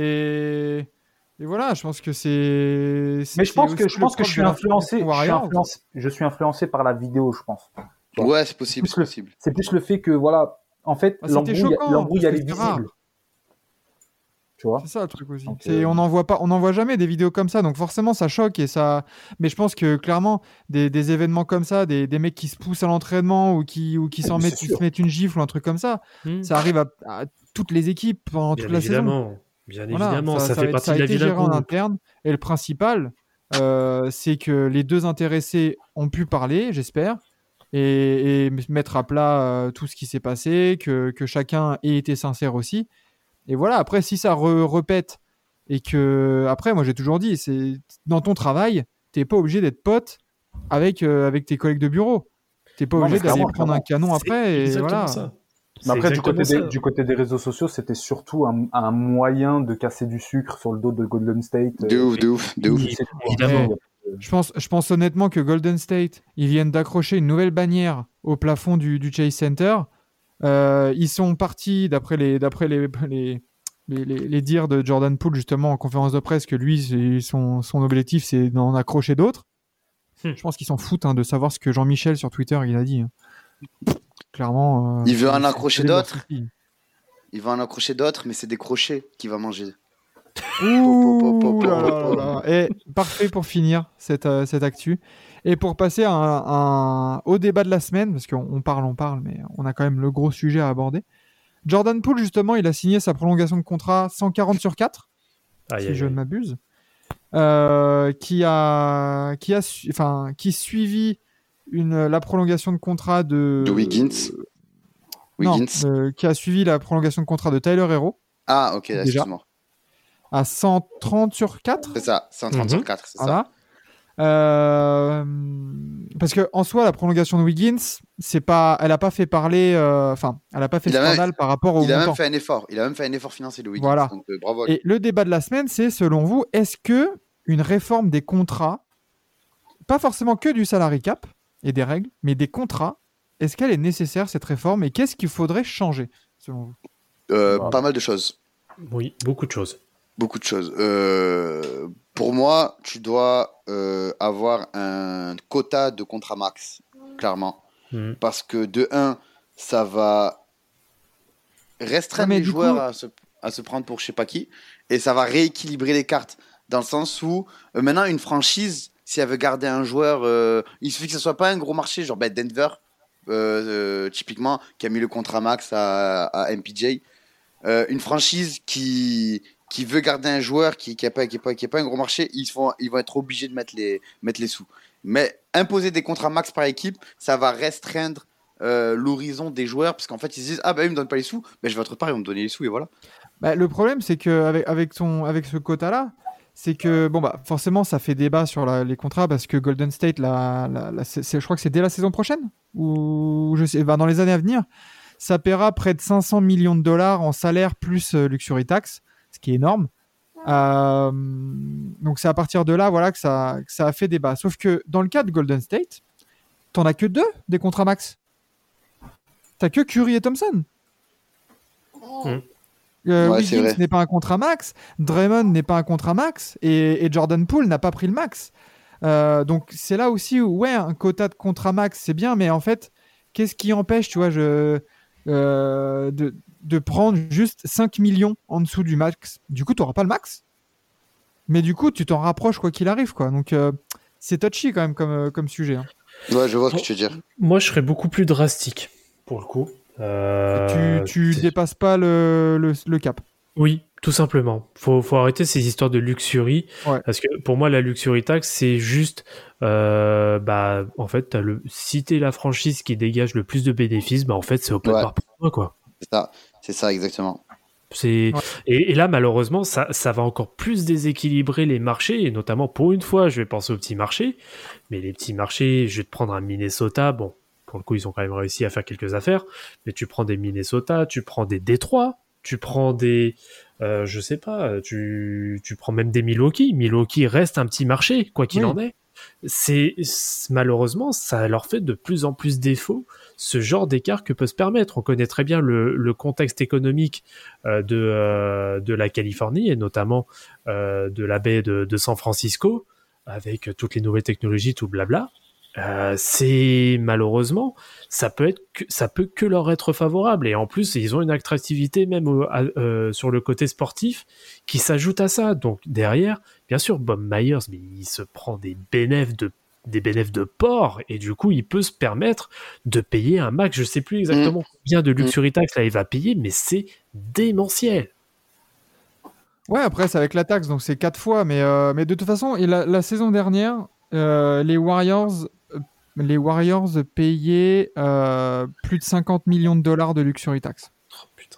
Et, et voilà, je pense que c'est. Mais c'est je pense que aussi je pense le que je suis propre de influencé, l'institution je suis Warriors. influencé, je suis influencé par la vidéo, je pense. Ouais, c'est possible, Plus c'est le- possible. C'est plus le fait que voilà, en fait, Ah, c'était l'embrouille, choquant, l'embrouille, parce elle que est c'était rare. visible. Tu vois. C'est ça le truc aussi. Donc, C'est, euh, on n'en voit pas, on n'en voit jamais des vidéos comme ça, donc forcément ça choque et ça. Mais je pense que clairement des, des événements comme ça, des, des mecs qui se poussent à l'entraînement ou qui ou qui s'en Mais mettent, c'est qui sûr. se mettent une gifle ou un truc comme ça, Hmm. ça arrive à, à toutes les équipes pendant Bien toute la saison. évidemment, bien Voilà, évidemment, ça, ça, fait a- partie ça a de la été vie d'un géré en groupe. interne. Et le principal, euh, c'est que les deux intéressés ont pu parler, j'espère, et, et mettre à plat euh, tout ce qui s'est passé, que, que chacun ait été sincère aussi. Et voilà, après, si ça re- répète, et que, après, moi j'ai toujours dit, c'est dans ton travail, t'es pas obligé d'être pote avec, euh, avec tes collègues de bureau. T'es pas Non, obligé mais d'aller clairement, prendre un canon C'est après. Et exactement voilà. ça. Mais après, C'est du côté, exactement des, ça. du côté des réseaux sociaux, c'était surtout un, un moyen de casser du sucre sur le dos de Golden State. De euh, ouf, de ouf, de ouf. c'est tout, hein. Évidemment. Je pense, je pense honnêtement que Golden State, ils viennent d'accrocher une nouvelle bannière au plafond du, du Chase Center. Euh, ils sont partis, d'après les, d'après les, les, les, les- les dires de Jordan Poole, justement, en conférence de presse, que lui, c'est- son, son objectif, c'est d'en accrocher d'autres. Hmm. Je pense qu'ils s'en foutent hein, de savoir ce que Jean-Michel sur Twitter il a dit. hein. Clairement. euh, Il veut c'est- en c'est accrocher quel est leur d'autres souci. Il va en accrocher d'autres, mais c'est des crochets qu'il va manger. Ouh là là là là. Et parfait pour finir cette, euh, cette actu. Et pour passer à un- un- au débat de la semaine, parce qu'on on parle, on parle, mais on a quand même le gros sujet à aborder. Jordan Poole, justement, il a signé sa prolongation de contrat cent quarante sur quatre, Aïe, si aïe, je aïe. ne m'abuse, euh, qui a, qui a, su- enfin, qui suivit une, la prolongation de contrat de, De Wiggins. non, Wiggins. euh, qui a suivi la prolongation de contrat de Tyler Hero Ah, ok, déjà. excuse-moi. à cent trente sur quatre. C'est ça, cent trente Mhm. sur quatre, c'est ça. Voilà. Euh, parce que en soi, la prolongation de Wiggins, c'est pas, elle a pas fait parler, euh, enfin, elle a pas fait Il a même- scandale par rapport au Il a montant. même fait un effort. Il a même fait un effort financier, le Wiggins. Voilà. Donc, euh, bravo. à lui. Et le débat de la semaine, c'est selon vous, est-ce que une réforme des contrats, pas forcément que du salary cap et des règles, mais des contrats. Est-ce qu'elle est nécessaire, cette réforme, et qu'est-ce qu'il faudrait changer, selon vous? Euh, Voilà. Pas mal de choses. Oui, beaucoup de choses. Beaucoup de choses. Euh, pour moi, tu dois euh, avoir un quota de contrat max, clairement. Mmh. Parce que de un, ça va restreindre Ouais, mais les du joueurs coup- à, se, à se prendre pour je sais pas qui, et ça va rééquilibrer les cartes. Dans le sens où, euh, maintenant, une franchise, si elle veut garder un joueur, euh, il suffit que ce soit pas un gros marché, genre ben, Denver, euh, euh, typiquement, qui a mis le contrat max à, à M P J. Euh, une franchise qui, qui veut garder un joueur qui n'a pas, qui est pas, qui est pas un gros marché, ils, font, ils vont être obligés de mettre les, mettre les sous. Mais imposer des contrats max par équipe, ça va restreindre euh, l'horizon des joueurs, parce qu'en fait, ils se disent « Ah, bah, ils me donnent pas les sous, ben, je vais autre part, ils vont me donner les sous, et voilà. Bah, le problème, c'est qu'avec avec son, avec ce quota-là, c'est que, bon, bah, forcément, ça fait débat sur la- les contrats parce que Golden State, la, la- la- c'est- c'est- je crois que c'est dès la saison prochaine, ou je sais, bah, dans les années à venir, ça paiera près de cinq cents millions de dollars en salaire plus euh, luxury tax, ce qui est énorme. Euh, donc, c'est à partir de là, voilà, que ça, que ça a fait débat. Sauf que dans le cas de Golden State, t'en as que deux des contrats max. T'as que Curry et Thompson. Mm. Euh, Ouais, c'est Wiggins vrai. n'est pas un contrat max, Draymond n'est pas un contrat max, et, et Jordan Poole n'a pas pris le max. Euh, donc c'est là aussi où, ouais, un quota de contrat max, c'est bien, mais en fait, qu'est-ce qui empêche, tu vois, je, euh, de, de prendre juste cinq millions en dessous du max? Du coup, tu n'auras pas le max, mais du coup, tu t'en rapproches quoi qu'il arrive, quoi. Donc euh, c'est touchy quand même comme, euh, comme sujet. Hein. Ouais, je vois ce que tu veux dire. Moi, je serais beaucoup plus drastique, pour le coup. Euh, tu tu c'est- dépasses pas le, le, le cap. Oui, tout simplement. Faut, faut arrêter ces histoires de luxury. Ouais. Parce que pour moi, la luxury tax, c'est juste, euh, bah, en fait, t'as le, si t'es la franchise qui dégage le plus de bénéfices, bah, en fait, c'est open Ouais. bar pour toi, quoi. C'est ça, c'est ça exactement. C'est... Ouais. Et, et là, malheureusement, ça, ça va encore plus déséquilibrer les marchés, et notamment pour une fois, je vais penser aux petits marchés. Mais les petits marchés, je vais te prendre un Minnesota. Bon, pour le coup, ils ont quand même réussi à faire quelques affaires. Mais tu prends des Minnesota, tu prends des Détroit, tu prends des. Euh, je sais pas, tu, tu prends même des Milwaukee. Milwaukee reste un petit marché, quoi qu'il Oui. en est. C'est, c'est- malheureusement, ça leur fait de plus en plus défaut ce genre d'écart que peut se permettre. On connaît très bien le, le contexte économique euh, de, euh, de la Californie et notamment euh, de la baie de, de San Francisco avec toutes les nouvelles technologies, tout le blabla. Euh, c'est malheureusement, ça peut être, que, ça peut que leur être favorable et en plus ils ont une attractivité même au- à- euh, sur le côté sportif qui s'ajoute à ça. Donc derrière, bien sûr, Bob Myers, mais il se prend des bénéfices de des bénéfices de port et du coup il peut se permettre de payer un max. Je sais plus exactement mmh. combien de luxury tax là il va payer, mais c'est démentiel. Ouais, après c'est avec la taxe, donc c'est quatre fois, mais euh, mais de toute façon, et la, la saison dernière, euh, les Warriors les Warriors payaient euh, plus de cinquante millions de dollars de luxury tax. Oh putain.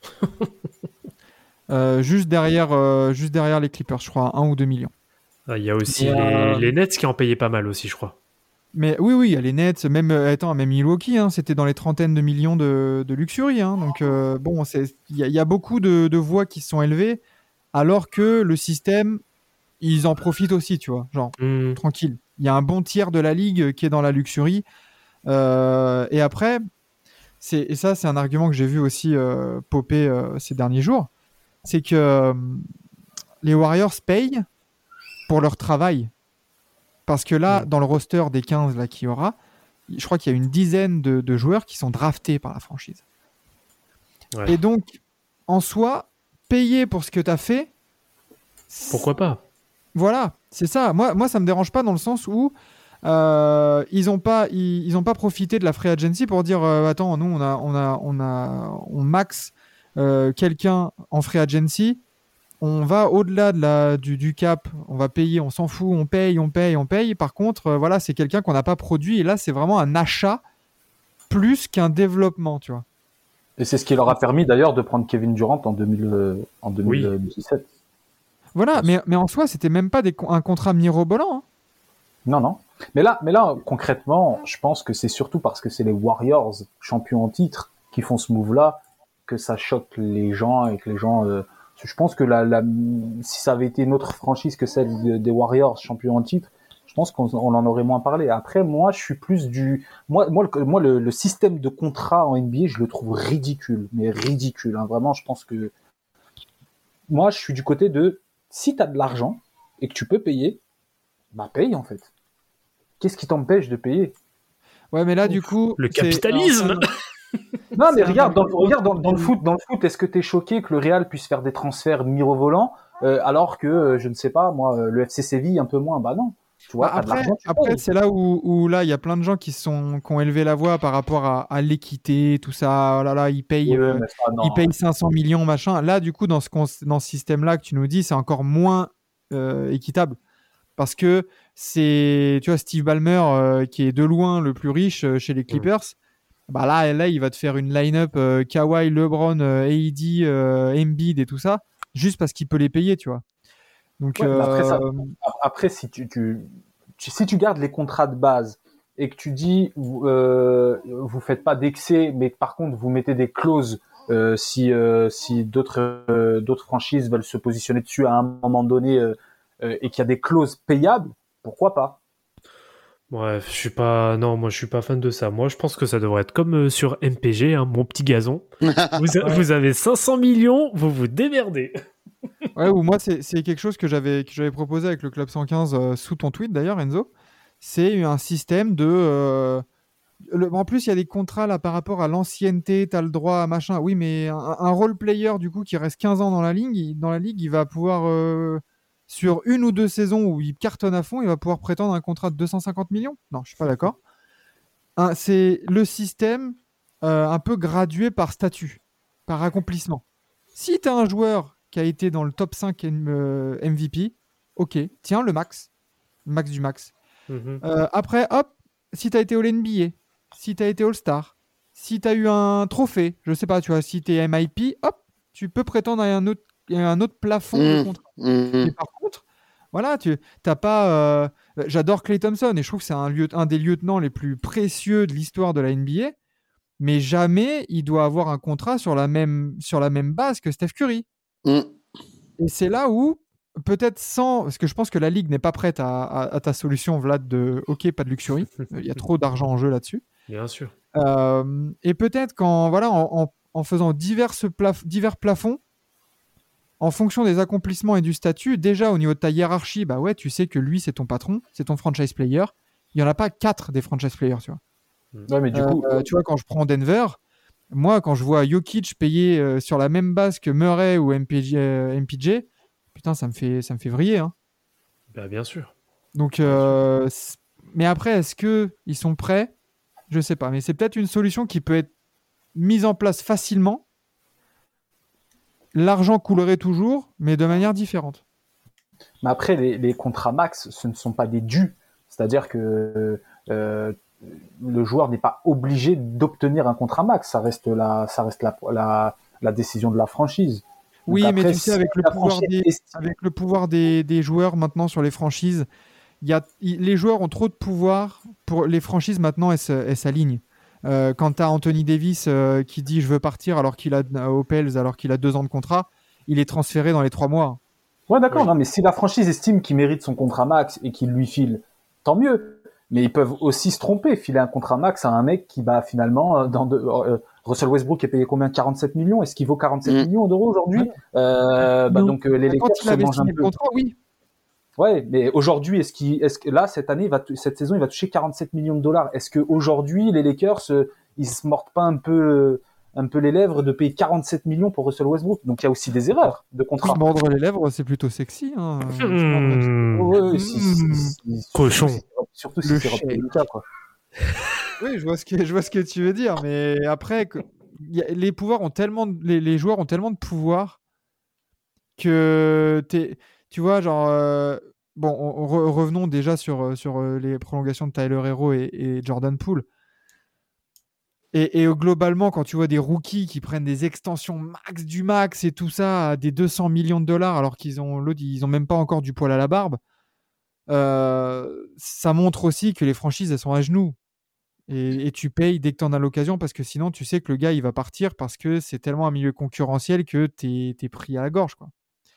euh, juste, derrière, euh, juste derrière les Clippers, je crois, un ou deux millions. Il ah, y a aussi Et les, euh... les Nets qui en payaient pas mal aussi, je crois. Mais oui, oui, il y a les Nets, même, attends, même Milwaukee, hein, c'était dans les trentaines de millions de, de luxury. Hein, donc euh, bon, il y, y a beaucoup de, de voix qui se sont élevées, alors que le système, ils en profitent aussi, tu vois, genre, mmh. tranquille. Il y a un bon tiers de la ligue qui est dans la luxury. Euh, et après, c'est, et ça, c'est un argument que j'ai vu aussi euh, popper euh, ces derniers jours, c'est que euh, les Warriors payent pour leur travail. Parce que là, mmh. dans le roster des quinze là, qu'il y aura, je crois qu'il y a une dizaine de, de joueurs qui sont draftés par la franchise. Ouais. Et donc, en soi, payer pour ce que tu as fait... Pourquoi pas ? Voilà, c'est ça. Moi, moi, ça me dérange pas dans le sens où euh, ils n'ont pas, ils, ils ont pas profité de la free agency pour dire euh, attends, nous, on a, on a, on a, on max euh, quelqu'un en free agency. On va au-delà de la, du, du cap, on va payer, on s'en fout, on paye, on paye, on paye. Par contre, euh, voilà, c'est quelqu'un qu'on n'a pas produit. Et là, c'est vraiment un achat plus qu'un développement, tu vois. Et c'est ce qui leur a permis d'ailleurs de prendre Kevin Durant en, deux mille, euh, en deux mille dix-sept. Oui. Voilà, mais, mais en soi, c'était même pas des, un contrat mirobolant. Hein. Non, non. Mais là, mais là, concrètement, je pense que c'est surtout parce que c'est les Warriors, champions en titre, qui font ce move-là, que ça choque les gens et que les gens... Euh, Je pense que la, la, si ça avait été une autre franchise que celle des Warriors, champions en titre, je pense qu'on on en aurait moins parlé. Après, moi, je suis plus du, moi, moi, le, moi, le, le système de contrat en N B A, je le trouve ridicule, mais ridicule. Hein. Vraiment, je pense que moi, je suis du côté de, si t'as de l'argent et que tu peux payer, bah paye en fait. Qu'est-ce qui t'empêche de payer? Ouais, mais là, du coup, le c'est- capitalisme. Non, mais C'est regarde, un- dans, regarde dans, dans le foot, dans le foot, est-ce que t'es choqué que le Real puisse faire des transferts mirobolants, euh, alors que, euh, je ne sais pas, moi, euh, le F C Séville un peu moins? Bah non. Tu vois, Bah, t'as de après, l'argent, tu après payes. c'est là où, où là, il y a plein de gens qui sont qui ont élevé la voix par rapport à, à l'équité, tout ça. Oh là là, ils payent, Ouais, euh, mais ça, non. ils payent cinq cents millions, machin. Là, du coup, dans ce cons- dans ce système-là que tu nous dis, c'est encore moins euh, équitable parce que c'est, tu vois, Steve Ballmer euh, qui est de loin le plus riche euh, chez les Clippers. Bah là, là, il va te faire une line-up euh, Kawhi, LeBron, euh, A E D, euh, Embiid et tout ça, juste parce qu'il peut les payer, tu vois. Donc, Ouais, mais après, ça, euh, après, si tu, tu, tu- si tu gardes les contrats de base et que tu dis, vous, euh, vous faites pas d'excès, mais que par contre, vous mettez des clauses, euh, si, euh, si d'autres, euh, d'autres franchises veulent se positionner dessus à un moment donné, euh, euh, et qu'il y a des clauses payables, pourquoi pas? Bref, je suis pas, non, moi je suis pas fan de ça. Moi, je pense que ça devrait être comme euh, sur M P G, hein, mon petit gazon. Vous, a- vous avez cinq cents millions, vous vous démerdez. Ouais, ou moi, c'est c'est quelque chose que j'avais que j'avais proposé avec le Club cent quinze euh, sous ton tweet d'ailleurs, Enzo. C'est un système de. euh, le- en plus, il y a des contrats là par rapport à l'ancienneté, tu as le droit à machin. Oui, mais un, un role player du coup qui reste quinze ans dans la ligue, il, dans la ligue, il va pouvoir. euh, sur une ou deux saisons où il cartonne à fond, il va pouvoir prétendre un contrat de deux cent cinquante millions. Non, je suis pas d'accord. Un- c'est le système euh, un peu gradué par statut, par accomplissement. Si tu as un joueur qui a été dans le top cinq M- euh, M V P, ok, tiens, le max, le max du max. Mhm. Euh, après, hop, si tu as été All-N B A, si tu as été All-Star, si tu as eu un trophée, je sais pas, tu vois, si tu es M I P, hop, tu peux prétendre à un autre, à un autre plafond de Mmh, contrat. mmh. Mais par contre, voilà, tu t'as pas. euh, J'adore Klay Thompson et je trouve que c'est un, lieu- un des lieutenants les plus précieux de l'histoire de la N B A, mais jamais il doit avoir un contrat sur la même, sur la même base que Steph Curry. Mmh. Et c'est là où, peut-être sans. Parce que je pense que la Ligue n'est pas prête à, à- à ta solution, Vlad, de OK, pas de luxury. Il y a trop d'argent en jeu là-dessus. Bien sûr. Euh, et peut-être qu'en voilà, en, en- en faisant diverses plaf- divers plafonds, en fonction des accomplissements et du statut, déjà au niveau de ta hiérarchie, bah ouais, tu sais que lui, c'est ton patron, c'est ton franchise player. Il n'y en a pas quatre des franchise players, tu vois. Ouais, mais du Euh, coup, euh, tu vois, quand je prends Denver, moi, quand je vois Jokic payé euh, sur la même base que Murray ou M P J, euh, M P J, putain, ça me fait, ça me fait vriller. Hein. Bah, bien sûr. Donc, euh, c- mais après, est-ce que ils sont prêts? Je sais pas. Mais c'est peut-être une solution qui peut être mise en place facilement. L'argent coulerait toujours, mais de manière différente. mais après, les, les contrats max, ce ne sont pas des dus. C'est-à-dire que euh, le joueur n'est pas obligé d'obtenir un contrat max. Ça reste la, ça reste la, la, la décision de la franchise. Donc Oui, après, mais tu sais, si avec le la pouvoir franchise des, estime- avec le pouvoir des, des joueurs maintenant sur les franchises, il y a, il- les joueurs ont trop de pouvoir pour les franchises maintenant, elles, se- elles s'alignent. Euh, quand tu as Anthony Davis euh, qui dit je veux partir alors qu'il a euh, aux Pels alors qu'il a deux ans de contrat, il est transféré dans les trois mois. Ouais, d'accord. Oui. Non, mais si la franchise estime qu'il mérite son contrat max et qu'il lui file, tant mieux. Mais ils peuvent aussi se tromper, filer un contrat max à un mec qui, bah, finalement, euh, dans de, euh, Russell Westbrook est payé combien? quarante-sept millions. Est-ce qu'il vaut quarante-sept Mm. millions d'euros aujourd'hui? Euh, bah, Non. donc, euh, les Quand Lakers il se avait mangent un signé le peu. contrat, oui. Ouais, mais aujourd'hui, est-ce qu'il, est-ce que là, cette année, il va, t- cette saison, il va toucher quarante-sept millions de dollars. Est-ce que aujourd'hui, les Lakers, euh, ils se mordent pas un peu, euh, un peu les lèvres de payer quarante-sept millions pour Russell Westbrook? Donc, il y a aussi des erreurs de contrat. Se mordre les lèvres, c'est plutôt sexy. Hein. Se mordre les- Mmh. Ouais, ouais, si- si- Mm. si- Cochon. Surtout si, surtout si Le c'est chèque. Rob Pelinka, quoi. Oui, je vois ce que je vois ce que tu veux dire, mais après, que- y a- les pouvoirs ont tellement, de- les, les joueurs ont tellement de pouvoir que t'es, tu vois, genre, euh, bon, on- on re- revenons déjà sur euh, sur euh, les prolongations de Tyler Hero et, et Jordan Poole. Et, et euh, globalement, quand tu vois des rookies qui prennent des extensions max du max et tout ça à des deux cents millions de dollars alors qu'ils ont l'autre, ils ont même pas encore du poil à la barbe, euh, ça montre aussi que les franchises elles sont à genoux. Et, et tu payes dès que tu en as l'occasion parce que sinon, tu sais que le gars, il va partir parce que c'est tellement un milieu concurrentiel que tu es pris à la gorge, quoi.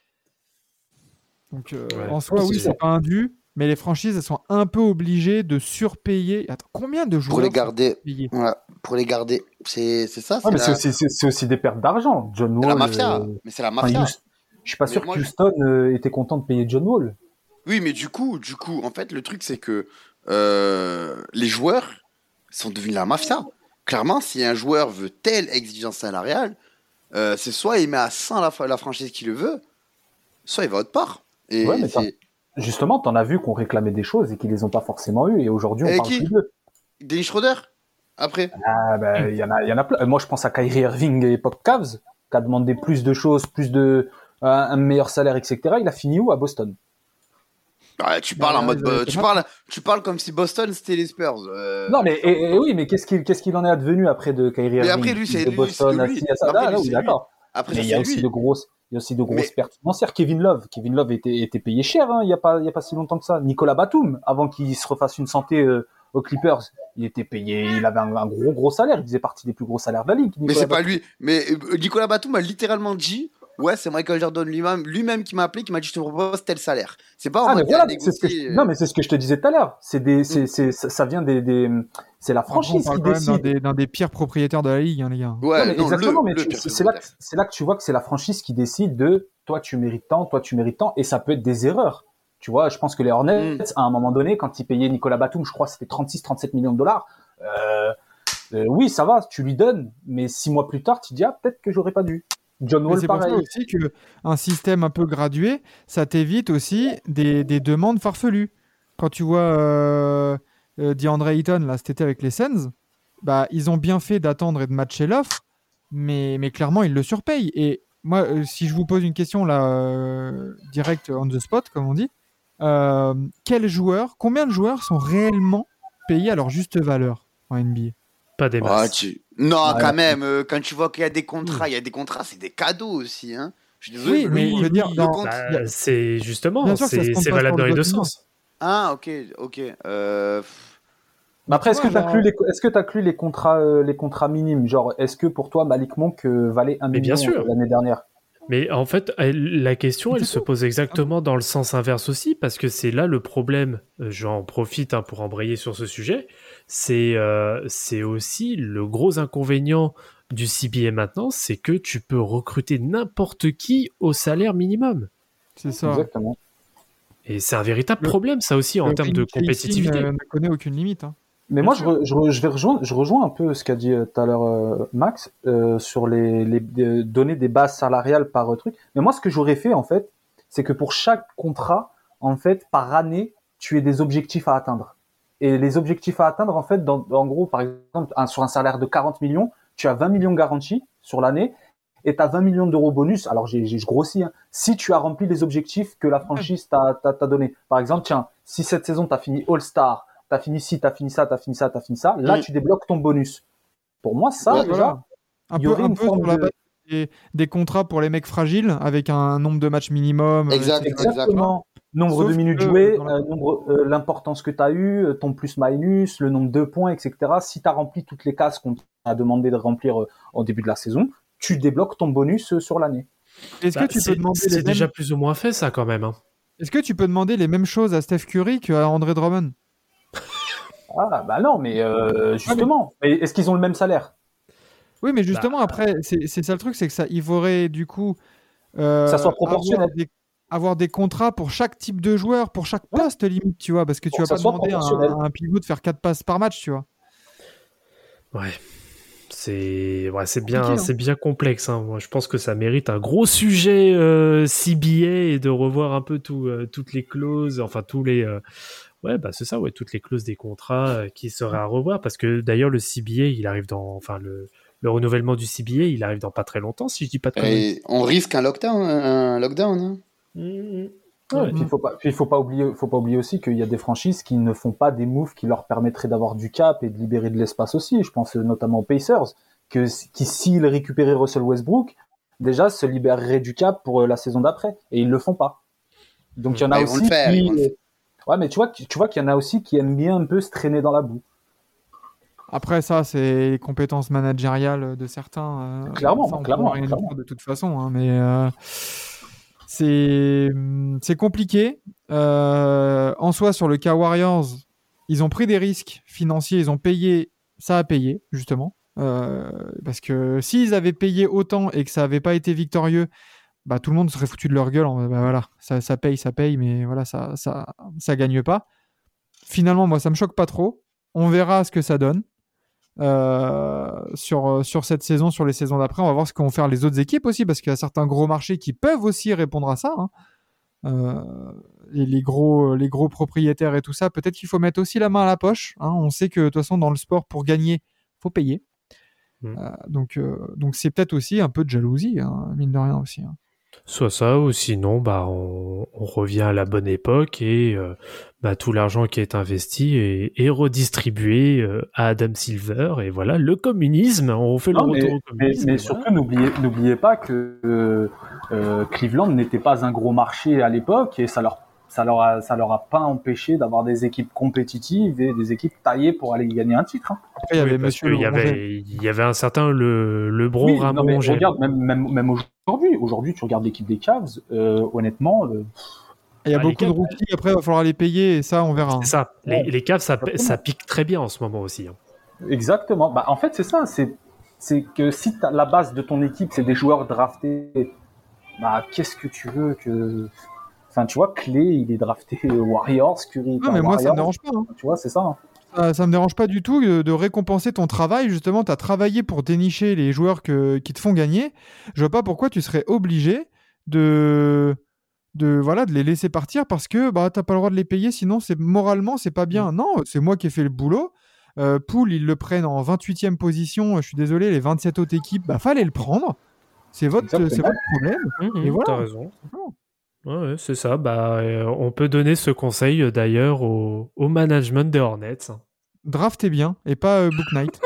Donc, euh, Ouais. en soi, Ouais, oui, c'est c'est pas indu, mais les franchises, elles sont un peu obligées de surpayer. Attends, combien de joueurs Pour les sont garder. payés Ouais, pour les garder. C'est c'est ça, Ouais, c'est mais la, c'est aussi, c'est, c'est aussi des pertes d'argent. John c'est la Wall. mafia. euh, Mais c'est la enfin, mafia. Houston- je suis pas Mais sûr moi, que je- Houston euh, était content de payer John Wall. Oui, mais du coup, du coup, en fait, le truc, c'est que euh, les joueurs sont devenus la mafia. Clairement, si un joueur veut telle exigence salariale, euh, c'est soit il met à cent la, la franchise qui le veut, soit il va autre part. Et Ouais, mais t'as- c'est. justement, t'en as vu qu'on réclamait des choses et qu'ils les ont pas forcément eues. Et aujourd'hui, on Et parle qui plus d'eux. Dennis Schroeder après. Ah, ben, il y en a, il y en a plein. Euh, Moi, je pense à Kyrie Irving et époque Cavs, qui a demandé plus de choses, plus de, euh, un meilleur salaire, et cetera. Il a fini où? À Boston. Ouais, tu parles Bah, en mode. ils avaient euh, fait tu, mal. parles, tu parles comme si Boston c'était les Spurs. euh, Non, mais et, et oui, mais qu'est-ce qu'il, qu'est-ce qu'il en est advenu après de Kyrie Mais Irving? après, lui, c'est de lui, Boston c'est à lui. ci, à ça. Après, Ah, lui, là, oui, c'est lui. d'accord. Après, Mais ça, il y a c'est aussi lui. de grosses, il y a aussi de grosses Mais- pertes financières. Kevin Love, Kevin Love était, était payé cher, hein, il y a pas, il y a pas si longtemps que ça. Nicolas Batum, avant qu'il se refasse une santé euh, aux Clippers, il était payé, il avait un, un gros gros salaire, il faisait partie des plus gros salaires de la ligue. Mais Nicolas c'est pas Batum. lui. Mais euh, Nicolas Batum a littéralement dit ouais, c'est Michael Jordan lui-même, lui-même qui m'a appelé, qui m'a dit je te propose tel salaire. C'est pas en Ah, mais mode il a voilà, c'est ce que je- négocié. euh, non, mais c'est ce que je te disais tout à l'heure. C'est des, c'est, c'est, ça ça vient des, des, c'est la Après, on franchise parle qui quand même d'un décide. des, d'un des pires propriétaires de la ligue, hein, les gars. Ouais, Non, mais non, exactement, le, mais le tu- pire c'est c'est là, que- propriétaire. c'est là que tu vois que c'est la franchise qui décide de toi tu mérites tant, toi tu mérites tant, et ça peut être des erreurs. Tu vois, je pense que les Hornets, Mm. à un moment donné, quand ils payaient Nicolas Batum, je crois que c'était trente-six, trente-sept millions de dollars, euh, euh, oui, ça va, tu lui donnes, mais six mois plus tard, tu te dis, ah, peut-être que j'aurais pas dû. John Mais Wall, c'est pour ça pareil. aussi qu'un système un peu gradué, ça t'évite aussi des, des demandes farfelues. Quand tu vois euh, euh, DeAndre Ayton, là, cet été avec les Suns, bah, ils ont bien fait d'attendre et de matcher l'offre, mais, mais clairement, ils le surpayent. Et moi, euh, si je vous pose une question, là, euh, direct on the spot, comme on dit, euh, quels joueurs, combien de joueurs sont réellement payés à leur juste valeur en N B A? Pas des Ouais, masses. tu- Non, Ouais. quand même, euh, quand tu vois qu'il y a des contrats, il y a des contrats, c'est des cadeaux aussi. Hein. Je suis désolé. Oui, le mais compte- je veux dire, le dans- compte- Bah, c'est justement, Bien sûr que ça se c'est compte c'est pas valable sur dans le les deux doigt d'une main. sens. Ah, ok, ok. Euh... Mais après, est-ce que tu vois, tu inclus genre- les, est-ce que t'inclus les contrats, euh, les contrats minimes? Genre, est-ce que pour toi, Malik Monk euh, valait un Mais bien million sûr. euh, l'année dernière? Mais en fait, elle- la question, elle C'est se tout. pose exactement dans le sens inverse aussi, parce que c'est là le problème, euh, j'en profite hein, pour embrayer sur ce sujet, c'est euh, c'est aussi le gros inconvénient du C B A maintenant, c'est que tu peux recruter n'importe qui au salaire minimum. C'est ça. Exactement. Et c'est un véritable Le- problème, ça aussi, en Le termes de ring chasing, compétitivité. euh, ne connaît aucune limite. hein. Mais Bien moi, sûr. je, re- je, re- je vais rejoindre, je rejoins un peu ce qu'a dit euh, tout à l'heure euh, Max euh, sur les, les euh, donner des bases salariales par euh, truc. Mais moi, ce que j'aurais fait en fait, c'est que pour chaque contrat, en fait, par année, tu aies des objectifs à atteindre. Et les objectifs à atteindre, en fait, dans, en gros, par exemple, un- sur un salaire de quarante millions, tu as vingt millions garantis sur l'année et tu as vingt millions d'euros bonus. Alors, j'ai, j'ai je grossis. Hein, si tu as rempli les objectifs que la franchise t'a, t'a, t'a donné. Par exemple, tiens, si cette saison, tu as fini All-Star, t'as fini ci, t'as fini ça, t'as fini ça, t'as fini ça. Là, Mm. tu débloques ton bonus. Pour moi, ça, Ouais, déjà, Voilà. Un il y peu, aurait un une peu forme sur la de- base des, des contrats pour les mecs fragiles avec un nombre de matchs minimum. euh, Exact, et cetera. exactement. Nombre Sauf de minutes que, jouées, dans la- euh, nombre, euh, l'importance que tu as eu, euh, ton plus-minus, le nombre de points, et cetera. Si tu as rempli toutes les cases qu'on t'a demandé de remplir euh, au début de la saison, tu débloques ton bonus euh, sur l'année. Est-ce Bah, que tu c'est peux demander les c'est mêmes... déjà plus ou moins fait, ça, quand même. hein. Est-ce que tu peux demander les mêmes choses à Steph Curry qu'à André Drummond? Ah, bah non, mais euh, justement. Mais est-ce qu'ils ont le même salaire? Oui, mais justement, Bah, après, c'est c'est ça le truc, c'est que ça, il faudrait du coup euh, Ça soit proportionnel. avoir des, avoir des contrats pour chaque type de joueur, pour chaque Ouais. poste limite, tu vois, parce que Pour tu vas que ça pas soit demander à proportionnel. un, à un pivot de faire quatre passes par match, tu vois. Ouais. C'est ouais, c'est bien, Compliqué, hein. c'est bien complexe. hein. Moi, je pense que ça mérite un gros sujet euh, C B A et de revoir un peu tout, euh, toutes les clauses, enfin tous les, euh, ouais, bah c'est ça, ouais, toutes les clauses des contrats euh, qui seraient à revoir. Parce que d'ailleurs, le C B A, il arrive dans, enfin le, le renouvellement du C B A, il arrive dans pas très longtemps, si je dis pas de conneries. Et on risque un lockdown, un lockdown. Hein. Mmh. Ouais, Ouais. et puis il faut pas, puis il faut pas oublier, faut pas oublier aussi qu'il y a des franchises qui ne font pas des moves qui leur permettraient d'avoir du cap et de libérer de l'espace aussi. Je pense notamment aux Pacers, que qui s'ils récupéraient Russell Westbrook, déjà se libéreraient du cap pour euh, la saison d'après, et ils le font pas. Donc il y en a Bah, ils vont aussi le faire, ils qui, vont le faire. ouais, mais tu vois, tu vois qu'il y en a aussi qui aiment bien un peu se traîner dans la boue. Après, ça, c'est les compétences managériales de certains. Euh, Clairement, ça, on clairement, peut rien clairement. dire de toute façon, hein, mais euh, c'est c'est compliqué. Euh, en soi, sur le cas Warriors, ils ont pris des risques financiers, ils ont payé, ça a payé justement, euh, parce que s'ils avaient payé autant et que ça n'avait pas été victorieux, bah tout le monde serait foutu de leur gueule. En, bah voilà, ça, ça paye, ça paye, mais voilà, ça ça ça gagne pas. Finalement, moi, ça me choque pas trop. On verra ce que ça donne. Euh, sur, sur cette saison, sur les saisons d'après, on va voir ce qu'ont faire les autres équipes aussi, parce qu'il y a certains gros marchés qui peuvent aussi répondre à ça. Hein. Euh, et les gros, les gros propriétaires et tout ça, peut-être qu'il faut mettre aussi la main à la poche. Hein. On sait que de toute façon, dans le sport, pour gagner, faut payer. Mmh. Euh, donc, euh, donc c'est peut-être aussi un peu de jalousie, hein, mine de rien aussi. Hein. Soit ça, ou sinon, bah, on, on revient à la bonne époque et euh, bah, tout l'argent qui est investi est, est redistribué euh, à Adam Silver. Et voilà, le communisme, on fait non, le mais, retour au communisme. Mais, mais voilà. surtout, n'oubliez, n'oubliez pas que euh, euh, Cleveland n'était pas un gros marché à l'époque et ça leur ça leur a, ça leur a pas empêché d'avoir des équipes compétitives et des équipes taillées pour aller gagner un titre. Hein. Après, il y avait oui, Monsieur il y avait, il y avait un certain le LeBron oui, Ramon. Non, mais regarde, même, même, même aujourd'hui, aujourd'hui, tu regardes l'équipe des Cavs, euh, honnêtement. Euh, il y a ah, beaucoup de rookies, après, il va falloir les payer et ça, on verra. C'est ça. Ouais. Les, les Cavs, ça, ça pique très bien en ce moment aussi. Hein. Exactement. Bah, en fait, c'est ça. C'est, c'est que si t'as, la base de ton équipe, c'est des joueurs draftés, bah, qu'est-ce que tu veux que. Enfin, tu vois, Clay, il est drafté Warriors, Curry. Non, mais moi, Warriors, ça me dérange pas. Hein. Tu vois, c'est ça. Hein. Ça, ça me dérange pas du tout de, de récompenser ton travail. Justement, tu as travaillé pour dénicher les joueurs que, qui te font gagner. Je vois pas pourquoi tu serais obligé de, de, voilà, de les laisser partir parce que bah, tu n'as pas le droit de les payer. Sinon, c'est, moralement, c'est pas bien. Non, c'est moi qui ai fait le boulot. Euh, Poole, ils le prennent en vingt-huitième position. Je suis désolé, les vingt-sept autres équipes, bah, fallait le prendre. C'est votre, c'est votre problème. Mmh, Et voilà. T'as raison. Ouais, c'est ça. Bah, euh, on peut donner ce conseil euh, d'ailleurs au, au management des Hornets. Draftez bien et pas euh, Book Night.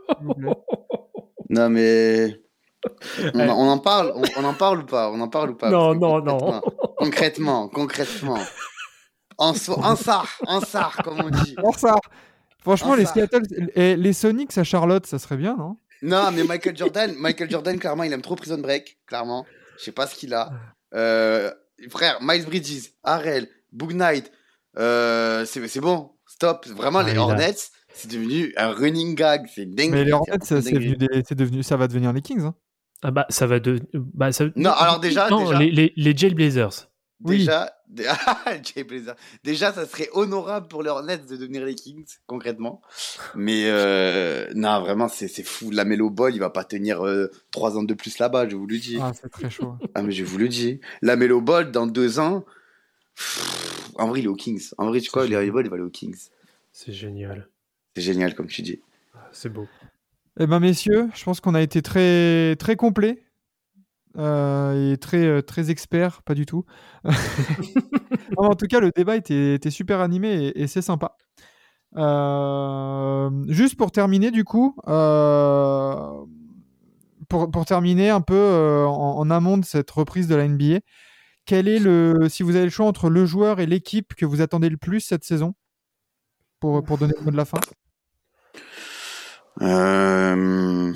Non mais on, ouais. on en parle, on, on en parle ou pas On en parle ou pas Non, non, concrètement, non. Concrètement, concrètement. En, so, en sar, en sar, comme on dit. En sar. Franchement, en les Seattle, les, les Sonics à Charlotte, ça serait bien, non Non, mais Michael Jordan, Michael Jordan, clairement, il aime trop Prison Break, clairement. Je sais pas ce qu'il a. Euh, frère, Miles Bridges, Harrell, Book Knight, euh, c'est, c'est bon, stop. Vraiment, ah, les Hornets, a... c'est devenu un running gag, c'est dingue. Mais les Hornets, c'est, c'est, devenu des, c'est devenu, ça va devenir les Kings. Hein. Ah bah, ça va de. Bah, ça... Non, alors déjà, non, déjà... les, les, les Jailblazers. Déjà, oui. déjà, ça serait honorable pour les Hornets de devenir les Kings, concrètement. Mais euh, non, vraiment, c'est, c'est fou. La Melo Ball, il va pas tenir euh, trois ans de plus là-bas, je vous le dis. Ah, c'est très chaud. Ah, mais je vous le dis. La Melo Ball, dans deux ans, pff, en vrai, il est aux Kings. En vrai, tu vois, les Ball, il va aller aux Kings. C'est génial. C'est génial, comme tu dis. C'est beau. Eh ben, messieurs, je pense qu'on a été très, très complet. Euh, et très, très expert, pas du tout. non, en tout cas, le débat était, était super animé et, et c'est sympa. Euh, juste pour terminer, du coup, euh, pour, pour terminer un peu euh, en, en amont de cette reprise de la N B A, quel est le, si vous avez le choix entre le joueur et l'équipe que vous attendez le plus cette saison, pour, pour donner le mot de la fin? Euh...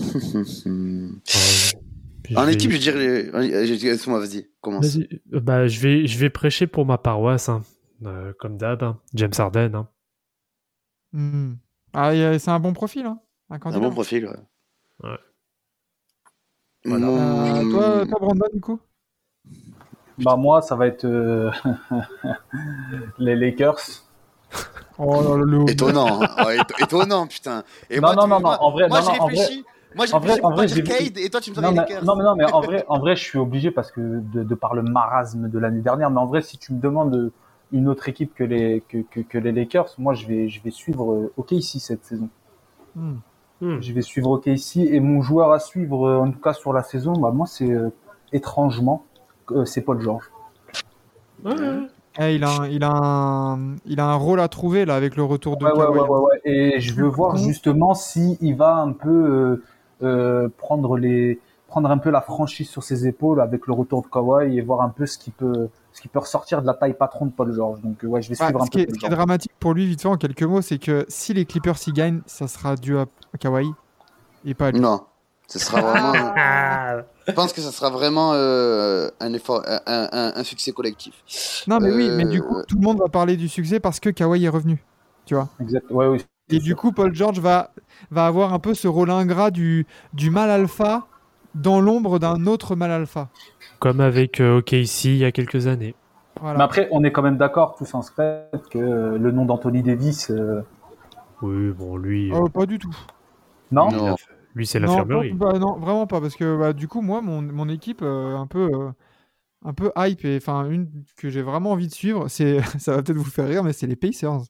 En vais... équipe, je dirais. Excuse-moi, vas-y, commence. Vas-y. Bah, je vais, je vais prêcher pour ma paroisse, hein. euh, comme d'hab. Hein. James Harden. Hein. Mmh. Ah, a, c'est un bon profil, hein, un candidat. Un bon profil, ouais. ouais. Voilà. Mmh. Euh, toi, toi, Brandon, du coup. Bah moi, ça va être euh... les Lakers. Oh, le... Étonnant, hein. ouais, étonnant, putain. Et non, moi, non, tu... non, non, en vrai, moi, non, je non, réfléchis. En vrai... Moi, j'ai réfléchi pour dire Cade et toi, tu me donnes les Lakers. Non, mais non, mais en vrai, en vrai, en vrai, je suis obligé parce que de, de par le marasme de l'année dernière. Mais en vrai, si tu me demandes une autre équipe que les que, que, que les Lakers, moi, je vais je vais suivre O K C cette saison. Mm. Mm. Je vais suivre O K C et mon joueur à suivre, en tout cas sur la saison, bah moi, c'est euh, étrangement, euh, c'est Paul George. Ouais. Eh, il, a un, il, a un, il a un rôle à trouver là avec le retour de ouais, Kawhi. Ouais, ouais, ouais, et je veux voir justement si il va un peu euh, euh, prendre les prendre un peu la franchise sur ses épaules avec le retour de Kawhi et voir un peu ce qu'il peut parce qu'il peut ressortir de la taille patron de Paul George. Donc, euh, ouais, je vais suivre Ah, un ce, peu. qui est, ce qui est dramatique pour lui, vite fait, en quelques mots, c'est que si les Clippers s'y gagnent, ça sera dû à Kawhi et pas à lui. Non, ce sera vraiment. Ah. Je pense que ça sera vraiment euh, un effort, un, un, un succès collectif. Non, mais Euh, oui, mais du coup, tout le monde va parler du succès parce que Kawhi est revenu. Tu vois. Exact. Ouais, oui. Et du coup, Paul George va, va avoir un peu ce rôle ingrat du, du mal alpha dans l'ombre d'un autre mal alpha. Comme avec euh, O K C il y a quelques années. Voilà. Mais après, on est quand même d'accord tous en secret que euh, le nom d'Anthony Davis. Euh... Oui, bon, lui, Oh, pas du tout. Non, Non. lui c'est Non, l'infirmerie. pas- bah, non, vraiment pas, parce que bah, du coup, moi, mon, mon équipe, euh, un peu, euh, un peu hype, et enfin une que j'ai vraiment envie de suivre, c'est, ça va peut-être vous faire rire, mais c'est les Pacers.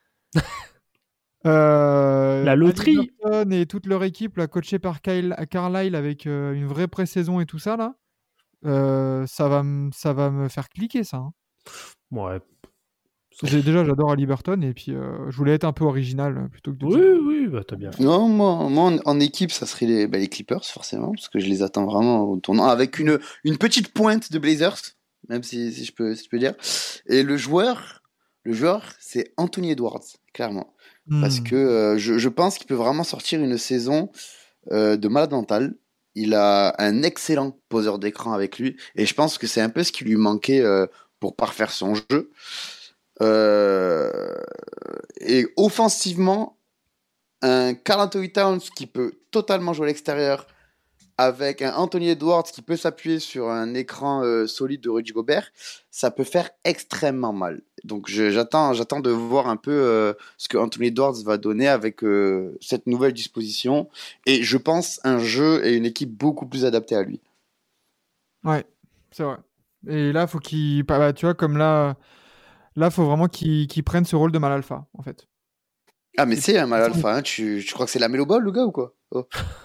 Euh, La loterie. Haliburton et toute leur équipe, là, coachée par Kyle, Carlisle avec euh, une vraie pré-saison et tout ça, là, euh, ça va, m- ça va me faire cliquer, ça. hein. Ouais. J'ai- Déjà, j'adore Haliburton, et puis euh, je voulais être un peu original euh, plutôt que de Oui, dire. oui, bah t'as bien fait. Non, moi, moi en, en équipe, ça serait les, bah, les Clippers, forcément, parce que je les attends vraiment au tournant, avec une, une petite pointe de Blazers, même si, si, je peux, si je peux dire. Et le joueur, le joueur, c'est Anthony Edwards, clairement. Parce Hmm. que euh, je, je pense qu'il peut vraiment sortir une saison euh, de malade mental. Il a un excellent poseur d'écran avec lui, et je pense que c'est un peu ce qui lui manquait euh, pour parfaire son jeu. Euh, et offensivement, un Karl Anthony Towns qui peut totalement jouer à l'extérieur, avec un Anthony Edwards qui peut s'appuyer sur un écran euh, solide de Rudy Gobert, ça peut faire extrêmement mal. Donc je- j'attends, j'attends de voir un peu euh, ce que Anthony Edwards va donner avec euh, cette nouvelle disposition. Et je pense un jeu et une équipe beaucoup plus adaptée à lui. Ouais, c'est vrai. Et là, faut qu'il, bah, bah, tu vois, comme là, là, faut vraiment qu'il qu'il prenne ce rôle de mal alpha, en fait. Ah mais Et- c'est un mal alpha, hein. tu, tu crois que c'est la Melo Ball le gars ou quoi? Oh.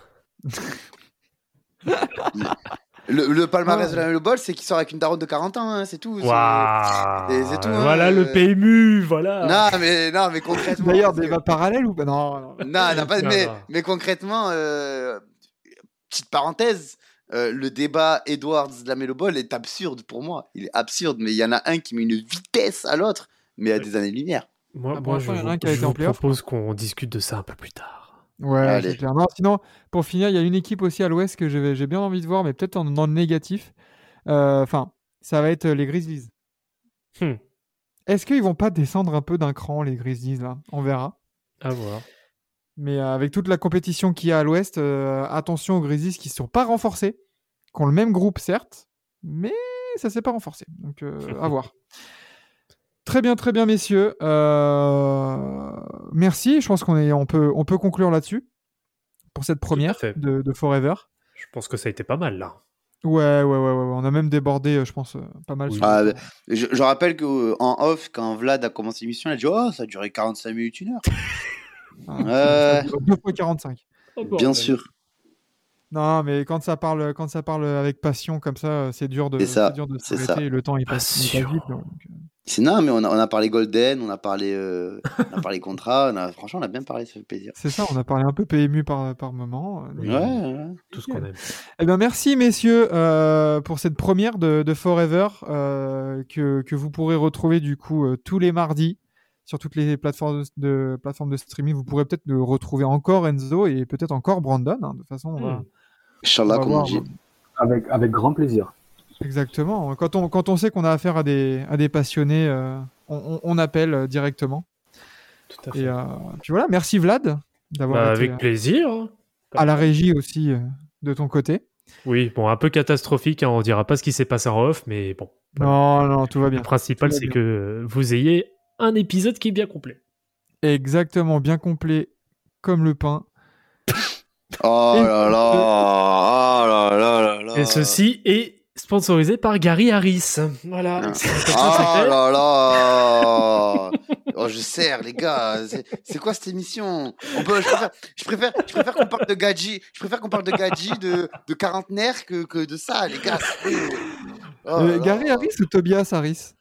Le, le palmarès Ah. de la Melo Ball, c'est qu'il sort avec une daronne de quarante ans, hein, c'est tout. c'est- Waouh. c'est- c'est tout, hein, Voilà euh. le P M U, voilà. Non mais non mais concrètement. D'ailleurs, parce que- débat parallèle ou pas? Non, non. Non, non, pas, Non, mais, non. mais concrètement, euh, petite parenthèse, euh, le débat Edwards-Lamelo Ball est absurde pour moi. Il est absurde, mais il y en a un qui met une vitesse à l'autre, mais à des années-lumière. Moi, Ah, pour moi, l'instant, je, il y en a un vous- qui a je été en vous playoff, propose qu'on discute de ça un peu plus tard. Ouais, Allez. c'est clair. Non, sinon, pour finir, il y a une équipe aussi à l'Ouest que j'ai j'ai bien envie de voir, mais peut-être en- dans le négatif. Euh, Enfin, ça va être les Grizzlies. Hmm. Est-ce qu'ils vont pas descendre un peu d'un cran, les Grizzlies, là? On verra. À voir. Mais euh, avec toute la compétition qu'il y a à l'Ouest, euh, attention aux Grizzlies qui ne sont pas renforcés, qui ont le même groupe, certes, mais ça ne s'est pas renforcé. Donc, euh, à voir. Très bien, très bien, messieurs. Euh, Merci. Je pense qu'on est, on peut, on peut conclure là-dessus pour cette première fait. de, de Forever. Je pense que ça a été pas mal là. Ouais, ouais, ouais, ouais, ouais. On a même débordé, euh, je pense, euh, pas mal. Oui. sur Ah, le bah, temps. je, je rappelle qu'en off, quand Vlad a commencé l'émission, il a dit Oh, ça a duré quarante-cinq minutes, une heure. Hein, Ouais. ça dure deux fois quarante-cinq. Bien sûr. Non, mais quand ça parle, quand ça parle avec passion comme ça, c'est dur de, C'est ça, dur de c'est s'arrêter. ça. Et le temps il passe, il passe Passion. vite. Donc, euh, C'est non, mais on a, on a parlé Golden, on a parlé, euh, on a parlé contrat, on a, franchement, on a bien parlé, ça fait plaisir. c'est ça, on a parlé un peu P M U par, par moment. Oui. Ouais, ouais. Tout ce qu'on aime. Eh bien, merci messieurs euh, pour cette première de, de Forever euh, que, que vous pourrez retrouver du coup euh, tous les mardis sur toutes les plateformes de, de, plateformes de streaming. Vous pourrez peut-être le retrouver encore Enzo et peut-être encore Brandon. hein. De toute façon, on va, Hmm. Inch'Allah, on va comme on voir. dit. avec, avec grand plaisir. Exactement. Quand on, quand on sait qu'on a affaire à des, à des passionnés, euh, on, on, on appelle euh, directement. Tout à fait. Et euh, puis voilà, merci Vlad d'avoir Bah, été avec plaisir. hein. à la régie aussi euh, de ton côté. Oui, bon, un peu catastrophique, hein, on dira pas ce qui s'est passé en off, mais bon. Non, non, tout va bien. Le principal, Tout va c'est bien. que vous ayez un épisode qui est bien complet. Exactement, bien complet comme le pain. Oh Et- là là, oh là là là là. Et ceci est sponsorisé par Gary Harris. Voilà. Ah. C'est comme ça, Oh c'est fait. là là. Oh, je serre, les gars. C'est, c'est quoi cette émission? On peut, je préfère, je préfère, je préfère qu'on parle de Gadji. Je préfère qu'on parle de Gadji, de, de quarantenaire que, que de ça, les gars. C'est- Oh Euh, là Gary là. Harris ou Tobias Harris?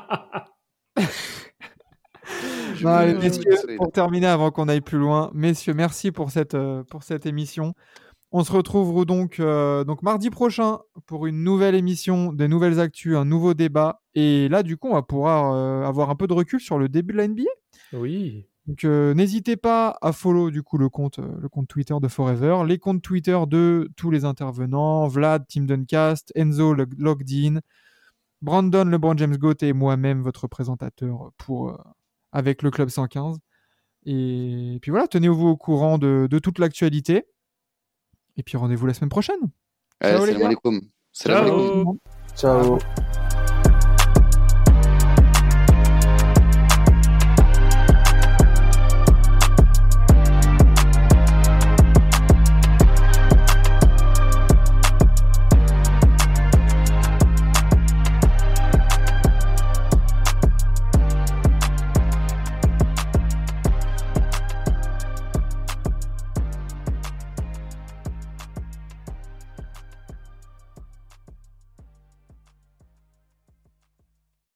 Je Non, me- allez, je me messieurs, désolé. pour terminer, avant qu'on aille plus loin, messieurs, merci pour cette, euh, pour cette émission. On se retrouve donc, euh, donc mardi prochain pour une nouvelle émission, des nouvelles actus, un nouveau débat. Et là, du coup, on va pouvoir euh, avoir un peu de recul sur le début de la N B A. Oui. Donc, euh, n'hésitez pas à follow du coup le compte, euh, le compte Twitter de Forever, les comptes Twitter de tous les intervenants, Vlad, Tim Duncast, Enzo, le Logged In, Brandon, LeBron James Goat et moi-même, votre présentateur pour, euh, avec le Club cent quinze. Et puis voilà, tenez-vous au courant de, de toute l'actualité. Et puis rendez-vous la semaine prochaine. Allez, Ciao les salam gars. alaikum. Salam Ciao. alaikum. Ciao.